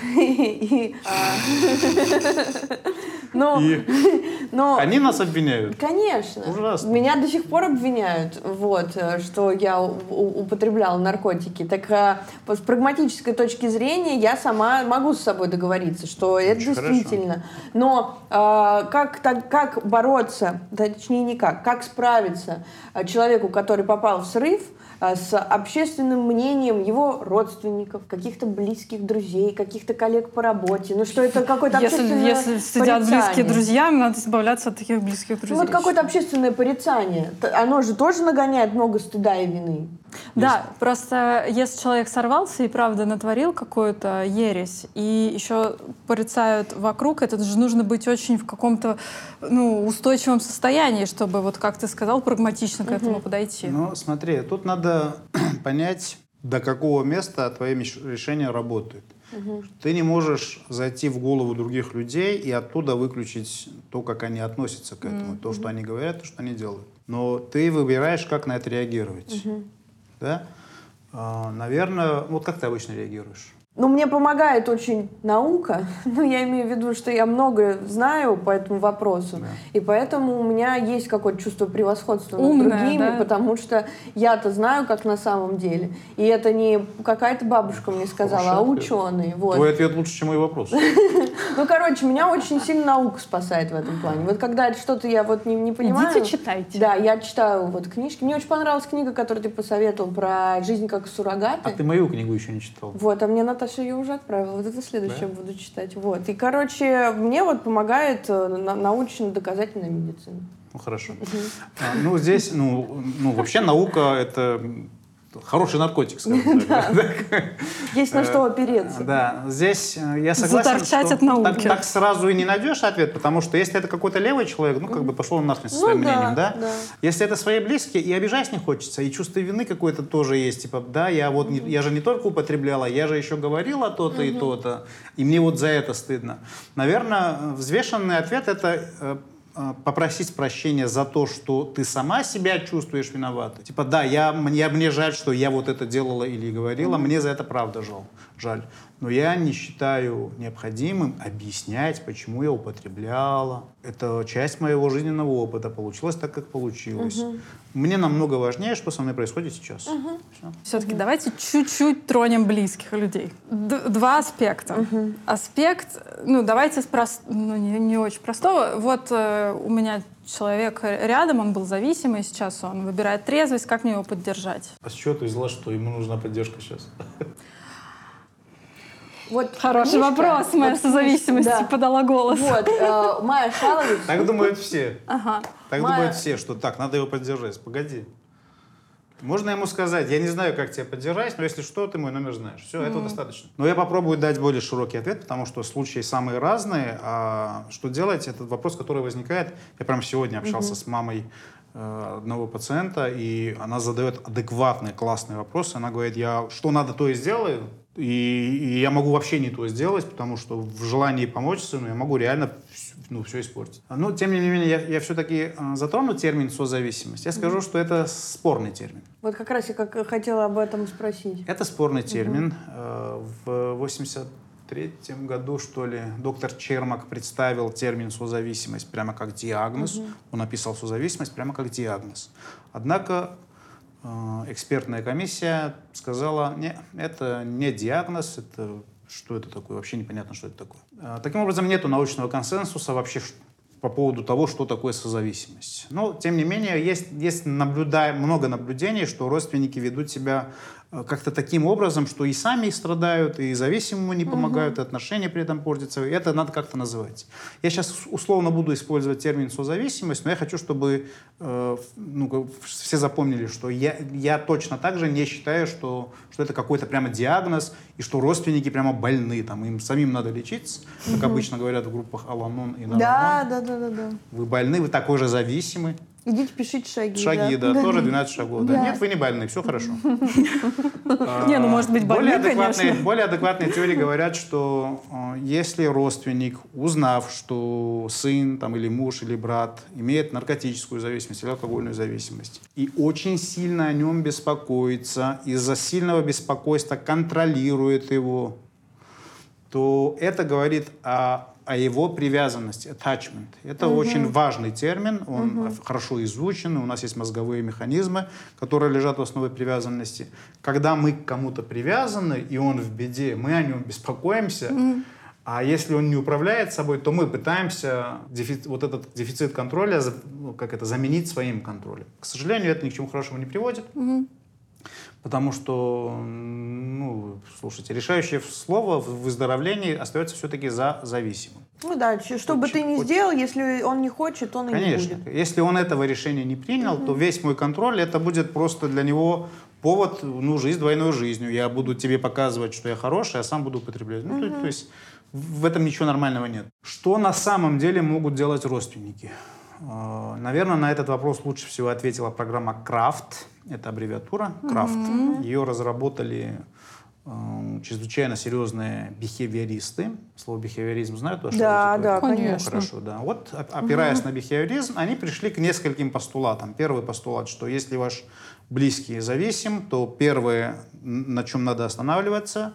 A: Но
C: они нас обвиняют.
A: Конечно.
C: Ужасно.
A: Меня до сих пор обвиняют, что я употребляла наркотики. Так с прагматической точки зрения я сама могу с собой договориться, что это действительно. Но как бороться, точнее никак, как справиться человеку, который попал в срыв, с общественным мнением его родственников, каких-то близких друзей, каких-то коллег по работе. Ну что это какое-то общественное
B: Если сидят близкие друзья, надо избавляться от таких близких друзей.
A: Ну вот какое-то общественное порицание. Оно же тоже нагоняет много стыда и вины.
B: Да, просто если человек сорвался и правда натворил какую-то ересь, и еще порицают вокруг, это же нужно быть очень в каком-то устойчивом состоянии, чтобы, вот как ты сказал, прагматично к этому подойти.
C: Ну, смотри, тут надо понять, до какого места твои решения работают. Ты не можешь зайти в голову других людей и оттуда выключить то, как они относятся к этому, то, что они говорят, то, что они делают. Но ты выбираешь, как на это реагировать. Да? Наверное, вот как ты обычно реагируешь?
A: Ну, мне помогает очень наука. Ну, я имею в виду, что я много знаю по этому вопросу. Да. И поэтому у меня есть какое-то чувство превосходства над другими, да? Потому что я-то знаю, как на самом деле. И это не какая-то бабушка мне сказала, а ученые. Вот.
C: Твой ответ лучше, чем мой вопрос.
A: Ну, короче, меня очень сильно наука спасает в этом плане. Вот когда что-то я вот не понимаю...
B: Идите читайте.
A: Да, я читаю вот книжки. Мне очень понравилась книга, которую ты посоветовал про жизнь как суррогаты.
C: А ты мою книгу еще не читал.
A: Вот, а мне Наташа ее уже отправила. Вот это следующее буду читать. Вот. И, короче, мне вот помогает научно-доказательная медицина.
C: Ну, хорошо. Ну, здесь, вообще наука — это хороший наркотик, скажем так.
A: Есть на что опереться.
C: Да, здесь я согласен, что так сразу и не найдешь ответ, потому что если это какой-то левый человек, пошел он нахрен со своим мнением, да? Если это свои близкие, и обижать не хочется, и чувство вины какое-то тоже есть, типа, да, я же не только употребляла, я же еще говорила то-то и то-то, и мне вот за это стыдно. Наверное, взвешенный ответ — это попросить прощения за то, что ты сама себя чувствуешь виноватой. Типа, да, мне жаль, что я вот это делала или говорила, мне за это правда жаль. Но я не считаю необходимым объяснять, почему я употребляла. Это часть моего жизненного опыта. Получилось так, как получилось. Мне намного важнее, что со мной происходит сейчас.
B: Все-таки давайте чуть-чуть тронем близких людей. Два аспекта. Аспект, давайте не очень простого. Вот у меня человек рядом, он был зависимый, сейчас он выбирает трезвость. Как мне его поддержать?
C: А с чего ты взяла, что ему нужна поддержка сейчас?
A: Вот
B: Хороший вопрос. Моя созависимость подала голос.
A: Вот, Майя Шалович.
C: Так думают все.
B: Ага.
C: Так думают все, что так, надо его поддержать. Погоди. Можно ему сказать, я не знаю, как тебя поддержать, но если что, ты мой номер знаешь. Все, этого достаточно. Но я попробую дать более широкий ответ, потому что случаи самые разные. А что делать? Это вопрос, который возникает. Я прямо сегодня общался с мамой одного пациента, и она задает адекватные, классные вопросы. Она говорит, я что надо, то и сделаю. И я могу вообще не то сделать, потому что в желании помочь сыну я могу реально все испортить. Но, тем не менее, я все-таки затрону термин «созависимость». Я скажу, что это спорный термин.
A: Вот как раз я хотела об этом спросить.
C: Это спорный термин. В 1983 году, что ли, доктор Чермак представил термин «созависимость» прямо как диагноз. Он написал «созависимость» прямо как диагноз. Однако экспертная комиссия сказала, нет, это не диагноз, что это такое, вообще непонятно, что это такое. Таким образом, нет научного консенсуса вообще по поводу того, что такое созависимость. Но, тем не менее, есть много наблюдений, что родственники ведут себя как-то таким образом, что и сами страдают, и зависимому не помогают, и отношения при этом портятся. И это надо как-то называть. Я сейчас условно буду использовать термин «созависимость», но я хочу, чтобы все запомнили, что я точно так же не считаю, что это какой-то прямо диагноз, и что родственники прямо больны, там, им самим надо лечиться, как обычно говорят в группах Ал-Анон и Нар-Анон.
A: Да.
C: Вы больны, вы такой же зависимый.
A: Идите, пишите шаги.
C: Шаги, да, тоже 12 шагов. Да. Нет, вы не больны, все хорошо.
B: Может быть, больны, конечно.
C: Более адекватные теории говорят, что если родственник, узнав, что сын там, или муж, или брат имеет наркотическую зависимость или алкогольную зависимость, и очень сильно о нем беспокоится, из-за сильного беспокойства контролирует его, то это говорит о его привязанности, attachment. Это очень важный термин, он хорошо изучен, у нас есть мозговые механизмы, которые лежат в основе привязанности. Когда мы к кому-то привязаны, и он в беде, мы о нем беспокоимся, а если он не управляет собой, то мы пытаемся вот этот дефицит контроля заменить своим контролем. К сожалению, это ни к чему хорошему не приводит. Потому что, слушайте, решающее слово в выздоровлении остается все-таки за зависимым.
A: Ну да, что бы ты ни сделал, если он не хочет, он и не будет.
C: Конечно. Если он этого решения не принял, то весь мой контроль, это будет просто для него повод, жить двойной жизнью. Я буду тебе показывать, что я хороший, а сам буду употреблять. То есть в этом ничего нормального нет. Что на самом деле могут делать родственники? Наверное, на этот вопрос лучше всего ответила программа CRAFT. Это аббревиатура CRAFT. Ее разработали чрезвычайно серьезные бихевиористы. Слово бихевиоризм знают?
A: Да, конечно.
C: Хорошо, да. Вот, опираясь на бихевиоризм, они пришли к нескольким постулатам. Первый постулат, что если ваш близкий зависим, то первое, на чем надо останавливаться,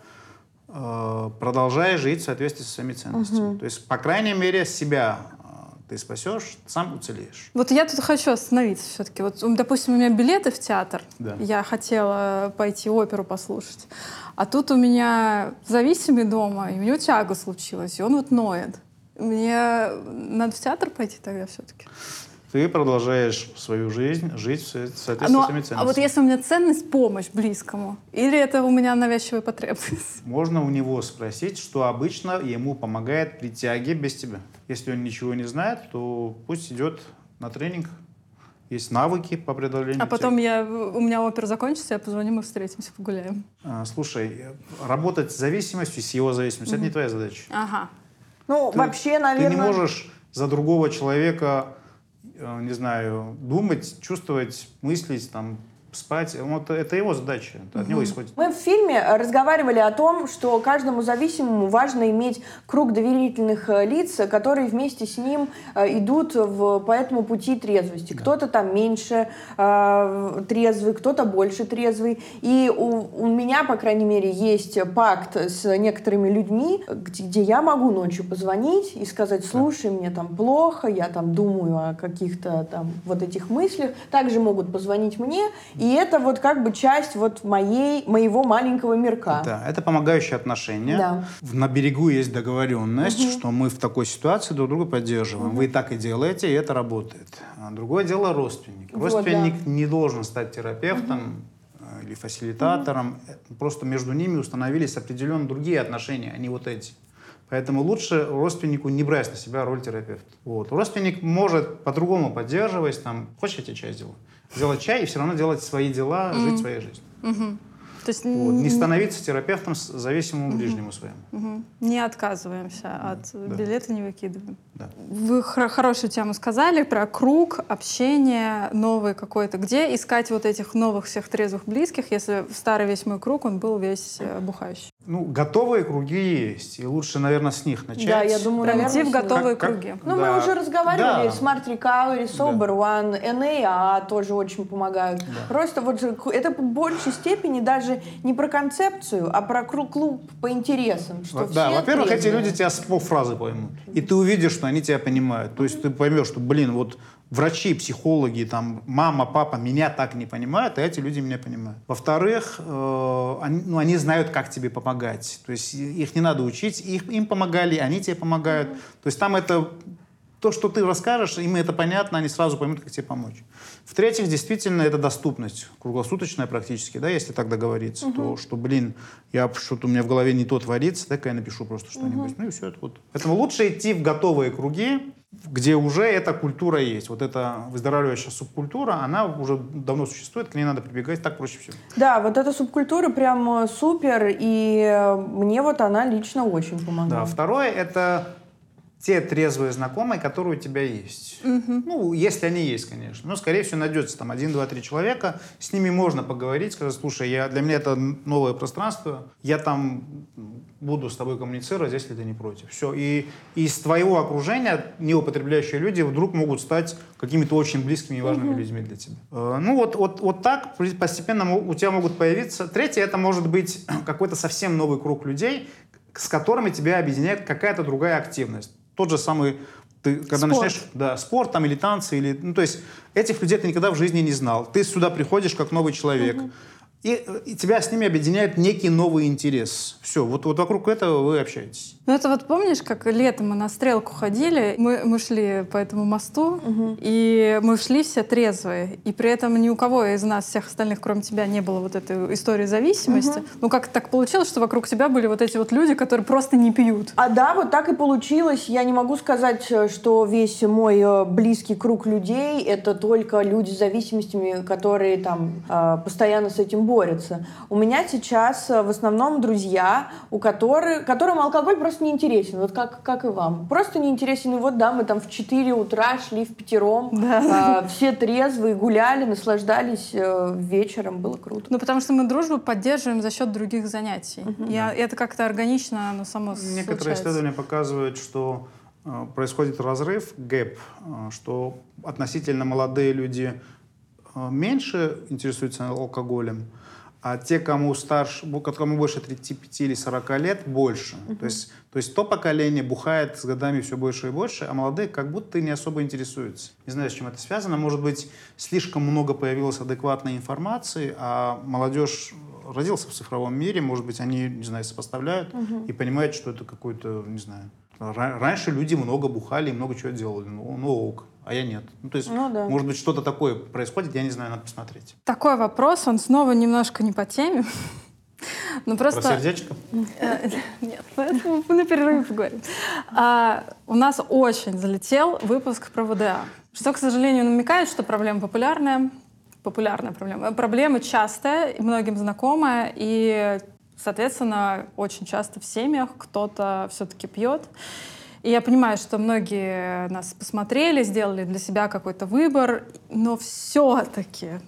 C: продолжая жить в соответствии со своими ценностями. То есть, по крайней мере, себя ты спасешь, сам уцелеешь.
B: Вот я тут хочу остановиться все-таки. Вот, допустим, у меня билеты в театр.
C: Да.
B: Я хотела пойти оперу послушать. А тут у меня зависимый дома, и у него тяга случилась, и он вот ноет. Мне надо в театр пойти тогда все-таки?
C: Ты продолжаешь свою жизнь жить в соответствии со своими ценностями.
B: А вот если у меня ценность — помощь близкому, или это у меня навязчивая потребность?
C: Можно у него спросить, что обычно ему помогает при тяге без тебя. Если он ничего не знает, то пусть идет на тренинг. Есть навыки по преодолению
B: А потом
C: тяги.
B: у меня опера закончится, я позвоню, мы встретимся, погуляем.
C: Слушай, работать с зависимостью, с его зависимостью, это не твоя задача.
B: Ага.
A: Вообще, наверное...
C: Ты не можешь за другого человека, не знаю, думать, чувствовать, мыслить, спать. Вот это его задача, это от него исходит.
A: Мы в фильме разговаривали о том, что каждому зависимому важно иметь круг доверительных лиц, которые вместе с ним идут по этому пути трезвости. Да. Кто-то там меньше трезвый, кто-то больше трезвый. И у меня, по крайней мере, есть пакт с некоторыми людьми, где я могу ночью позвонить и сказать: слушай, мне там плохо, я там думаю о каких-то там вот этих мыслях. Также могут позвонить мне, и это вот как бы часть вот моего маленького мирка.
C: Да, это помогающие отношения.
A: Да.
C: На берегу есть договоренность, что мы в такой ситуации друг друга поддерживаем. Вы и так и делаете, и это работает. А другое дело родственник. Родственник не должен стать терапевтом или фасилитатором. Просто между ними установились определенно другие отношения, а не вот эти. Поэтому лучше родственнику не брать на себя роль терапевта. Вот. Родственник может по-другому поддерживать. Там, хочешь, я тебе чай сделаю? Сделать чай и все равно делать свои дела, жить своей жизнью.
B: То есть
C: вот. Не становиться терапевтом зависимым ближнему своему.
B: Не отказываемся от билета, не выкидываем.
C: Да.
B: Вы хорошую тему сказали про круг, общение, новый какой-то. Где искать вот этих новых всех трезвых близких, если старый весь мой круг, он был весь бухающий?
C: Ну, готовые круги есть, и лучше, наверное, с них начать.
A: Да, я думаю,
B: идти в готовые круги.
A: Ну, мы уже разговаривали, Smart Recovery, Sober One, NAA тоже очень помогают. Да. Просто вот это в большей степени даже не про концепцию, а про клуб по интересам. Что
C: да, во-первых, эти люди тебя с полфразы поймут. И ты увидишь, что они тебя понимают. То есть ты поймешь, что, вот врачи, психологи, там, мама, папа меня так не понимают, а эти люди меня понимают. Во-вторых, они знают, как тебе помогать. То есть их не надо учить, им помогали, они тебе помогают. То есть там это то, что ты расскажешь, им это понятно, они сразу поймут, как тебе помочь. В-третьих, действительно, это доступность круглосуточная практически, да, если так договориться, то, что, что-то у меня в голове не то творится, так я напишу просто что-нибудь. Ну и все это вот. Поэтому лучше идти в готовые круги, где уже эта культура есть. Вот эта выздоравливающая субкультура, она уже давно существует, к ней надо прибегать, так проще всего. Да,
A: вот эта субкультура прям супер, и мне вот она лично очень помогает.
C: Да, второе — это те трезвые знакомые, которые у тебя есть. Ну, если они есть, конечно. Но, скорее всего, найдется там 1, 2, 3 человека. С ними можно поговорить, сказать: слушай, для меня это новое пространство, я там буду с тобой коммуницировать, если ты не против. Все. И из твоего окружения неупотребляющие люди вдруг могут стать какими-то очень близкими и важными людьми для тебя. Ну, вот так постепенно у тебя могут появиться. Третье — это может быть какой-то совсем новый круг людей, с которыми тебя объединяет какая-то другая активность. Тот же самый, ты когда начинаешь, спорт там, или танцы, или, то есть этих людей ты никогда в жизни не знал. Ты сюда приходишь как новый человек, и тебя с ними объединяет некий новый интерес. Все, вот вокруг этого вы общаетесь.
B: Ну это вот помнишь, как летом мы на Стрелку ходили, мы шли по этому мосту, и мы шли все трезвые, и при этом ни у кого из нас, всех остальных, кроме тебя, не было вот этой истории зависимости. Ну как так получилось, что вокруг тебя были вот эти вот люди, которые просто не пьют?
A: Да, вот так и получилось. Я не могу сказать, что весь мой близкий круг людей — это только люди с зависимостями, которые там постоянно с этим борются. У меня сейчас в основном друзья, которым алкоголь просто не интересен, вот как и вам. Просто не интересен. И вот, да, мы там в 4 утра шли впятером, все трезвые, гуляли, наслаждались вечером, было круто.
B: Ну, потому что мы дружбу поддерживаем за счет других занятий. И это как-то органично, оно само случается.
C: Некоторые исследования показывают, что происходит разрыв, гэп, что относительно молодые люди меньше интересуются алкоголем, а те, кому больше 35 или 40 лет, больше. То есть то поколение бухает с годами все больше и больше, а молодые как будто не особо интересуются. Не знаю, с чем это связано. Может быть, слишком много появилось адекватной информации, а молодежь родился в цифровом мире, может быть, они, не знаю, сопоставляют и понимают, что это какой-то, не знаю... Раньше люди много бухали и много чего делали. Ну ок. А я нет. То есть, может быть, что-то такое происходит, я не знаю, надо посмотреть.
B: Такой вопрос, он снова немножко не по теме. Но просто...
C: Про сердечко?
B: Нет, поэтому мы на перерыве поговорим. У нас очень залетел выпуск про ВДА, что, к сожалению, намекает, что проблема популярная проблема. Проблема частая, многим знакомая, и, соответственно, очень часто в семьях кто-то все-таки пьет. И я понимаю, что многие нас посмотрели, сделали для себя какой-то выбор, но все-таки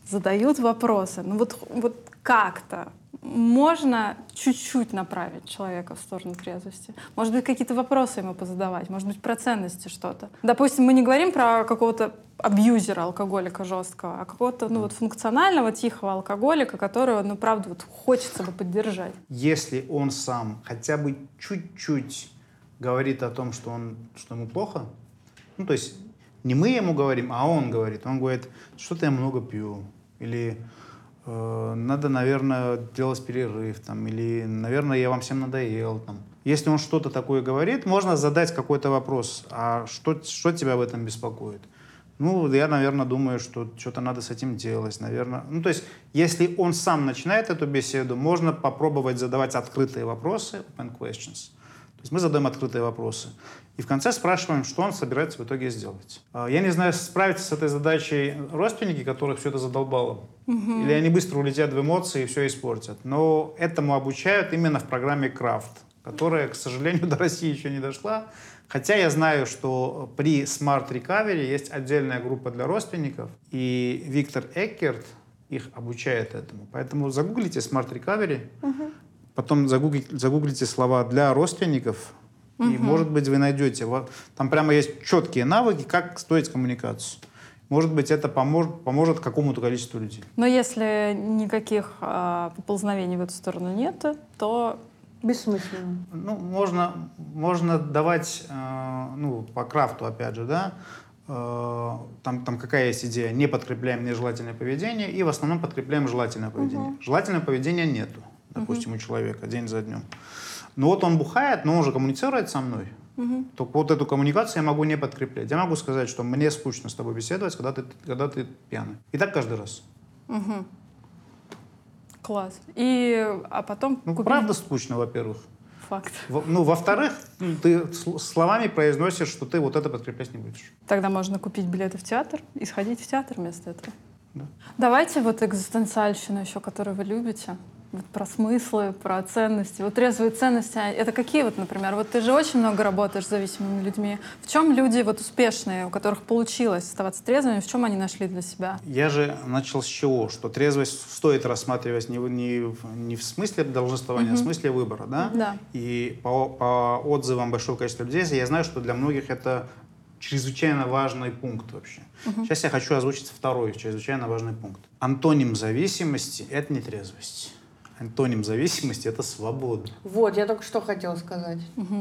B: задают вопросы. Ну вот как-то можно чуть-чуть направить человека в сторону трезвости. Может быть, какие-то вопросы ему позадавать, может быть, про ценности что-то. Допустим, мы не говорим про какого-то абьюзера, алкоголика жесткого, а какого-то функционального, тихого алкоголика, которого, правда, хочется бы поддержать.
C: Если он сам хотя бы чуть-чуть говорит о том, что ему плохо, то есть не мы ему говорим, а он говорит. Он говорит, что-то я много пью, или надо, наверное, делать перерыв, или, наверное, я вам всем надоел. Если он что-то такое говорит, можно задать какой-то вопрос. А что тебя в этом беспокоит? Я, наверное, думаю, что что-то надо с этим делать, наверное. То есть, если он сам начинает эту беседу, можно попробовать задавать открытые вопросы, open questions. То есть мы задаем открытые вопросы. И в конце спрашиваем, что он собирается в итоге сделать. Я не знаю, справятся с этой задачей родственники, которых все это задолбало. Или они быстро улетят в эмоции и все испортят. Но этому обучают именно в программе Крафт, которая, к сожалению, до России еще не дошла. Хотя я знаю, что при Smart Recovery есть отдельная группа для родственников, и Виктор Эккерт их обучает этому. Поэтому загуглите Smart Recovery, потом загуглите слова «для родственников», и, может быть, вы найдете. Там прямо есть четкие навыки, как строить коммуникацию. Может быть, это поможет какому-то количеству людей.
B: Но если никаких поползновений в эту сторону нет, то...
A: Бессмысленно.
C: Можно давать, по Крафту, опять же, да, там какая есть идея? Не подкрепляем нежелательное поведение и в основном подкрепляем желательное поведение. Желательного поведения нету, допустим, у человека день за днем. Но он бухает, но он же коммуницирует со мной. Только эту коммуникацию я могу не подкреплять. Я могу сказать, что мне скучно с тобой беседовать, когда ты пьяный. И так каждый раз.
B: Класс. А потом...
C: Правда скучно, во-первых.
B: Факт.
C: Во-вторых, ты словами произносишь, что ты это подкреплять не будешь.
B: Тогда можно купить билеты в театр и сходить в театр вместо этого.
C: Да.
B: Давайте экзистенциальщину еще, которую вы любите. Про смыслы, про ценности. Трезвые ценности, это какие, например? Ты же очень много работаешь с зависимыми людьми. В чем люди успешные, у которых получилось оставаться трезвыми, в чем они нашли для себя?
C: Я же начал с чего? Что трезвость стоит рассматривать не в смысле долженствования, а в смысле выбора, да?
B: Да.
C: И по отзывам большого количества людей я знаю, что для многих это чрезвычайно важный пункт вообще. Сейчас я хочу озвучить второй чрезвычайно важный пункт. Антоним зависимости — это не трезвость. Антоним зависимости — это свобода.
A: Я только что хотела сказать.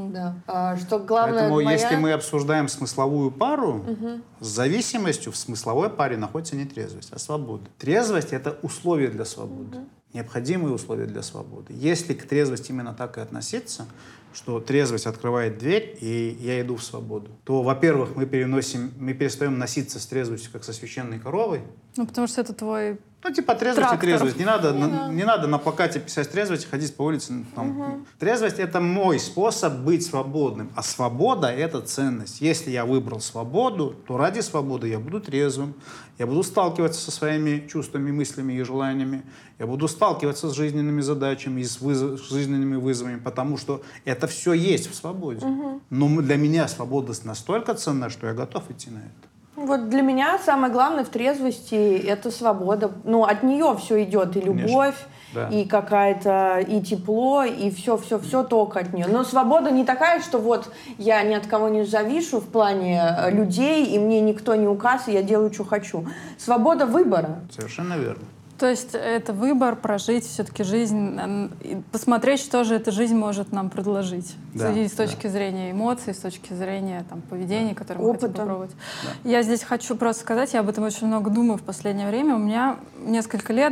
A: Да. Что главное...
C: Поэтому если мы обсуждаем смысловую пару, с зависимостью в смысловой паре находится не трезвость, а свобода. Трезвость — это условие для свободы. Необходимые условия для свободы. Если к трезвости именно так и относиться, что трезвость открывает дверь, и я иду в свободу, то, во-первых, мы перестаем носиться с трезвостью, как со священной коровой.
B: Потому что это твой...
C: трезвость и трезвость. Не надо на плакате писать трезвость и ходить по улице. Трезвость — это мой способ быть свободным. А свобода — это ценность. Если я выбрал свободу, то ради свободы я буду трезвым. Я буду сталкиваться со своими чувствами, мыслями и желаниями. Я буду сталкиваться с жизненными задачами и с жизненными вызовами, потому что это все есть в свободе. Но для меня свобода настолько ценна, что я готов идти на это.
A: Для меня самое главное в трезвости — это свобода. От нее все идет. И любовь,
C: да.
A: И какая-то, и тепло, и все только от нее. Но свобода не такая, что я ни от кого не завишу в плане людей, и мне никто не указ, и я делаю, что хочу. Свобода выбора.
C: Совершенно верно.
B: То есть это выбор прожить все-таки жизнь, посмотреть, что же эта жизнь может нам предложить.
C: Да,
B: и с точки зрения эмоций, с точки зрения поведения, которое мы хотим попробовать.
C: Да.
B: Я здесь хочу просто сказать, я об этом очень много думаю в последнее время. У меня несколько лет,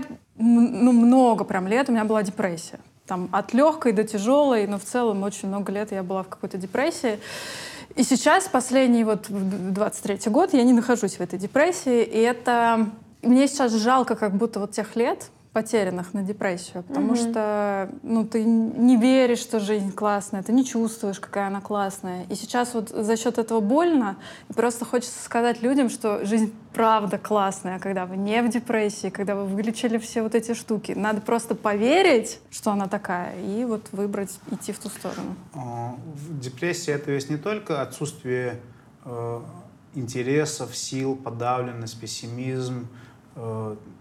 B: много прям лет, у меня была депрессия. От легкой до тяжелой, но в целом очень много лет я была в какой-то депрессии. И сейчас, последний 23-й год, я не нахожусь в этой депрессии, и это... Мне сейчас жалко как будто тех лет, потерянных на депрессию, потому что ты не веришь, что жизнь классная, ты не чувствуешь, какая она классная. И сейчас за счет этого больно, и просто хочется сказать людям, что жизнь правда классная, когда вы не в депрессии, когда вы вылечили все эти штуки. Надо просто поверить, что она такая, и выбрать, идти в ту сторону.
C: Депрессия — это ведь не только отсутствие интересов, сил, подавленность, пессимизм,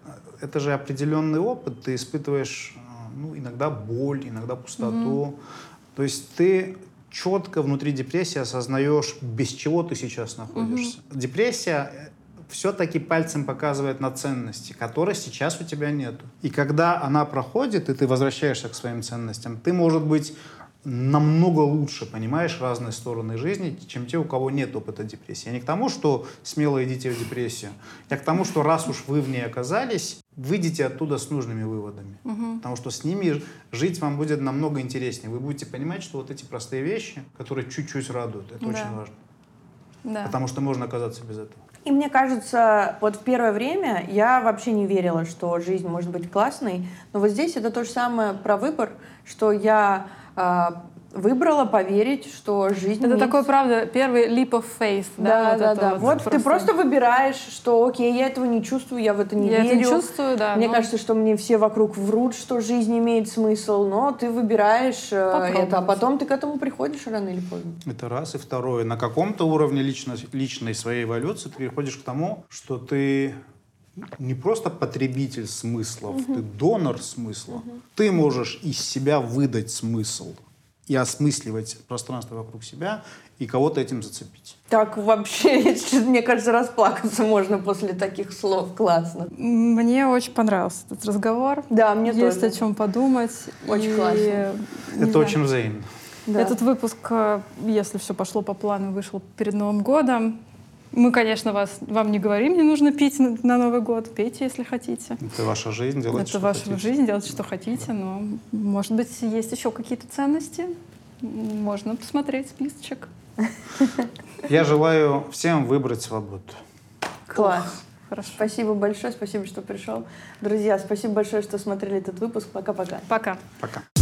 C: это же определенный опыт. Ты испытываешь иногда боль, иногда пустоту. То есть ты четко внутри депрессии осознаешь, без чего ты сейчас находишься. Депрессия все-таки пальцем показывает на ценности, которых сейчас у тебя нету. И когда она проходит, и ты возвращаешься к своим ценностям, ты, может быть, намного лучше понимаешь разные стороны жизни, чем те, у кого нет опыта депрессии. Я не к тому, что смело идите в депрессию. Я к тому, что раз уж вы в ней оказались, выйдите оттуда с нужными выводами. Потому что с ними жить вам будет намного интереснее. Вы будете понимать, что вот эти простые вещи, которые чуть-чуть радуют, это очень важно.
B: Да.
C: Потому что можно оказаться без этого.
A: И мне кажется, вот в первое время я вообще не верила, что жизнь может быть классной. Но вот здесь это то же самое про выбор, что я выбрала поверить, что жизнь...
B: Это такой, правда, первый leap of faith.
A: Да. Вот ты просто выбираешь, что окей, я этого не чувствую, я в это не верю.
B: Я это не чувствую, да.
A: Мне кажется, что мне все вокруг врут, что жизнь имеет смысл, но ты выбираешь это, а потом ты к этому приходишь рано или поздно.
C: Это раз. И второе. На каком-то уровне личной своей эволюции ты переходишь к тому, что ты не просто потребитель смыслов, ты донор смысла. Ты можешь из себя выдать смысл и осмысливать пространство вокруг себя, и кого-то этим зацепить.
A: Так вообще, мне кажется, расплакаться можно после таких слов. Классно.
B: Мне очень понравился этот разговор.
A: Да, мне тоже.
B: Есть о чем подумать.
A: Очень классно.
C: Это очень взаимно.
B: Да. Этот выпуск, если все пошло по плану, вышел перед Новым годом. Мы, конечно, вам не говорим, не нужно пить на Новый год. Пейте, если хотите.
C: Это ваша жизнь, делайте, что хотите.
B: Это ваша жизнь, делайте, что хотите. Но, может быть, есть еще какие-то ценности. Можно посмотреть списочек.
C: Я желаю всем выбрать свободу.
A: Класс.
B: Хорошо.
A: Спасибо большое, спасибо, что пришел. Друзья, спасибо большое, что смотрели этот выпуск. Пока-пока.
B: Пока.
C: Пока.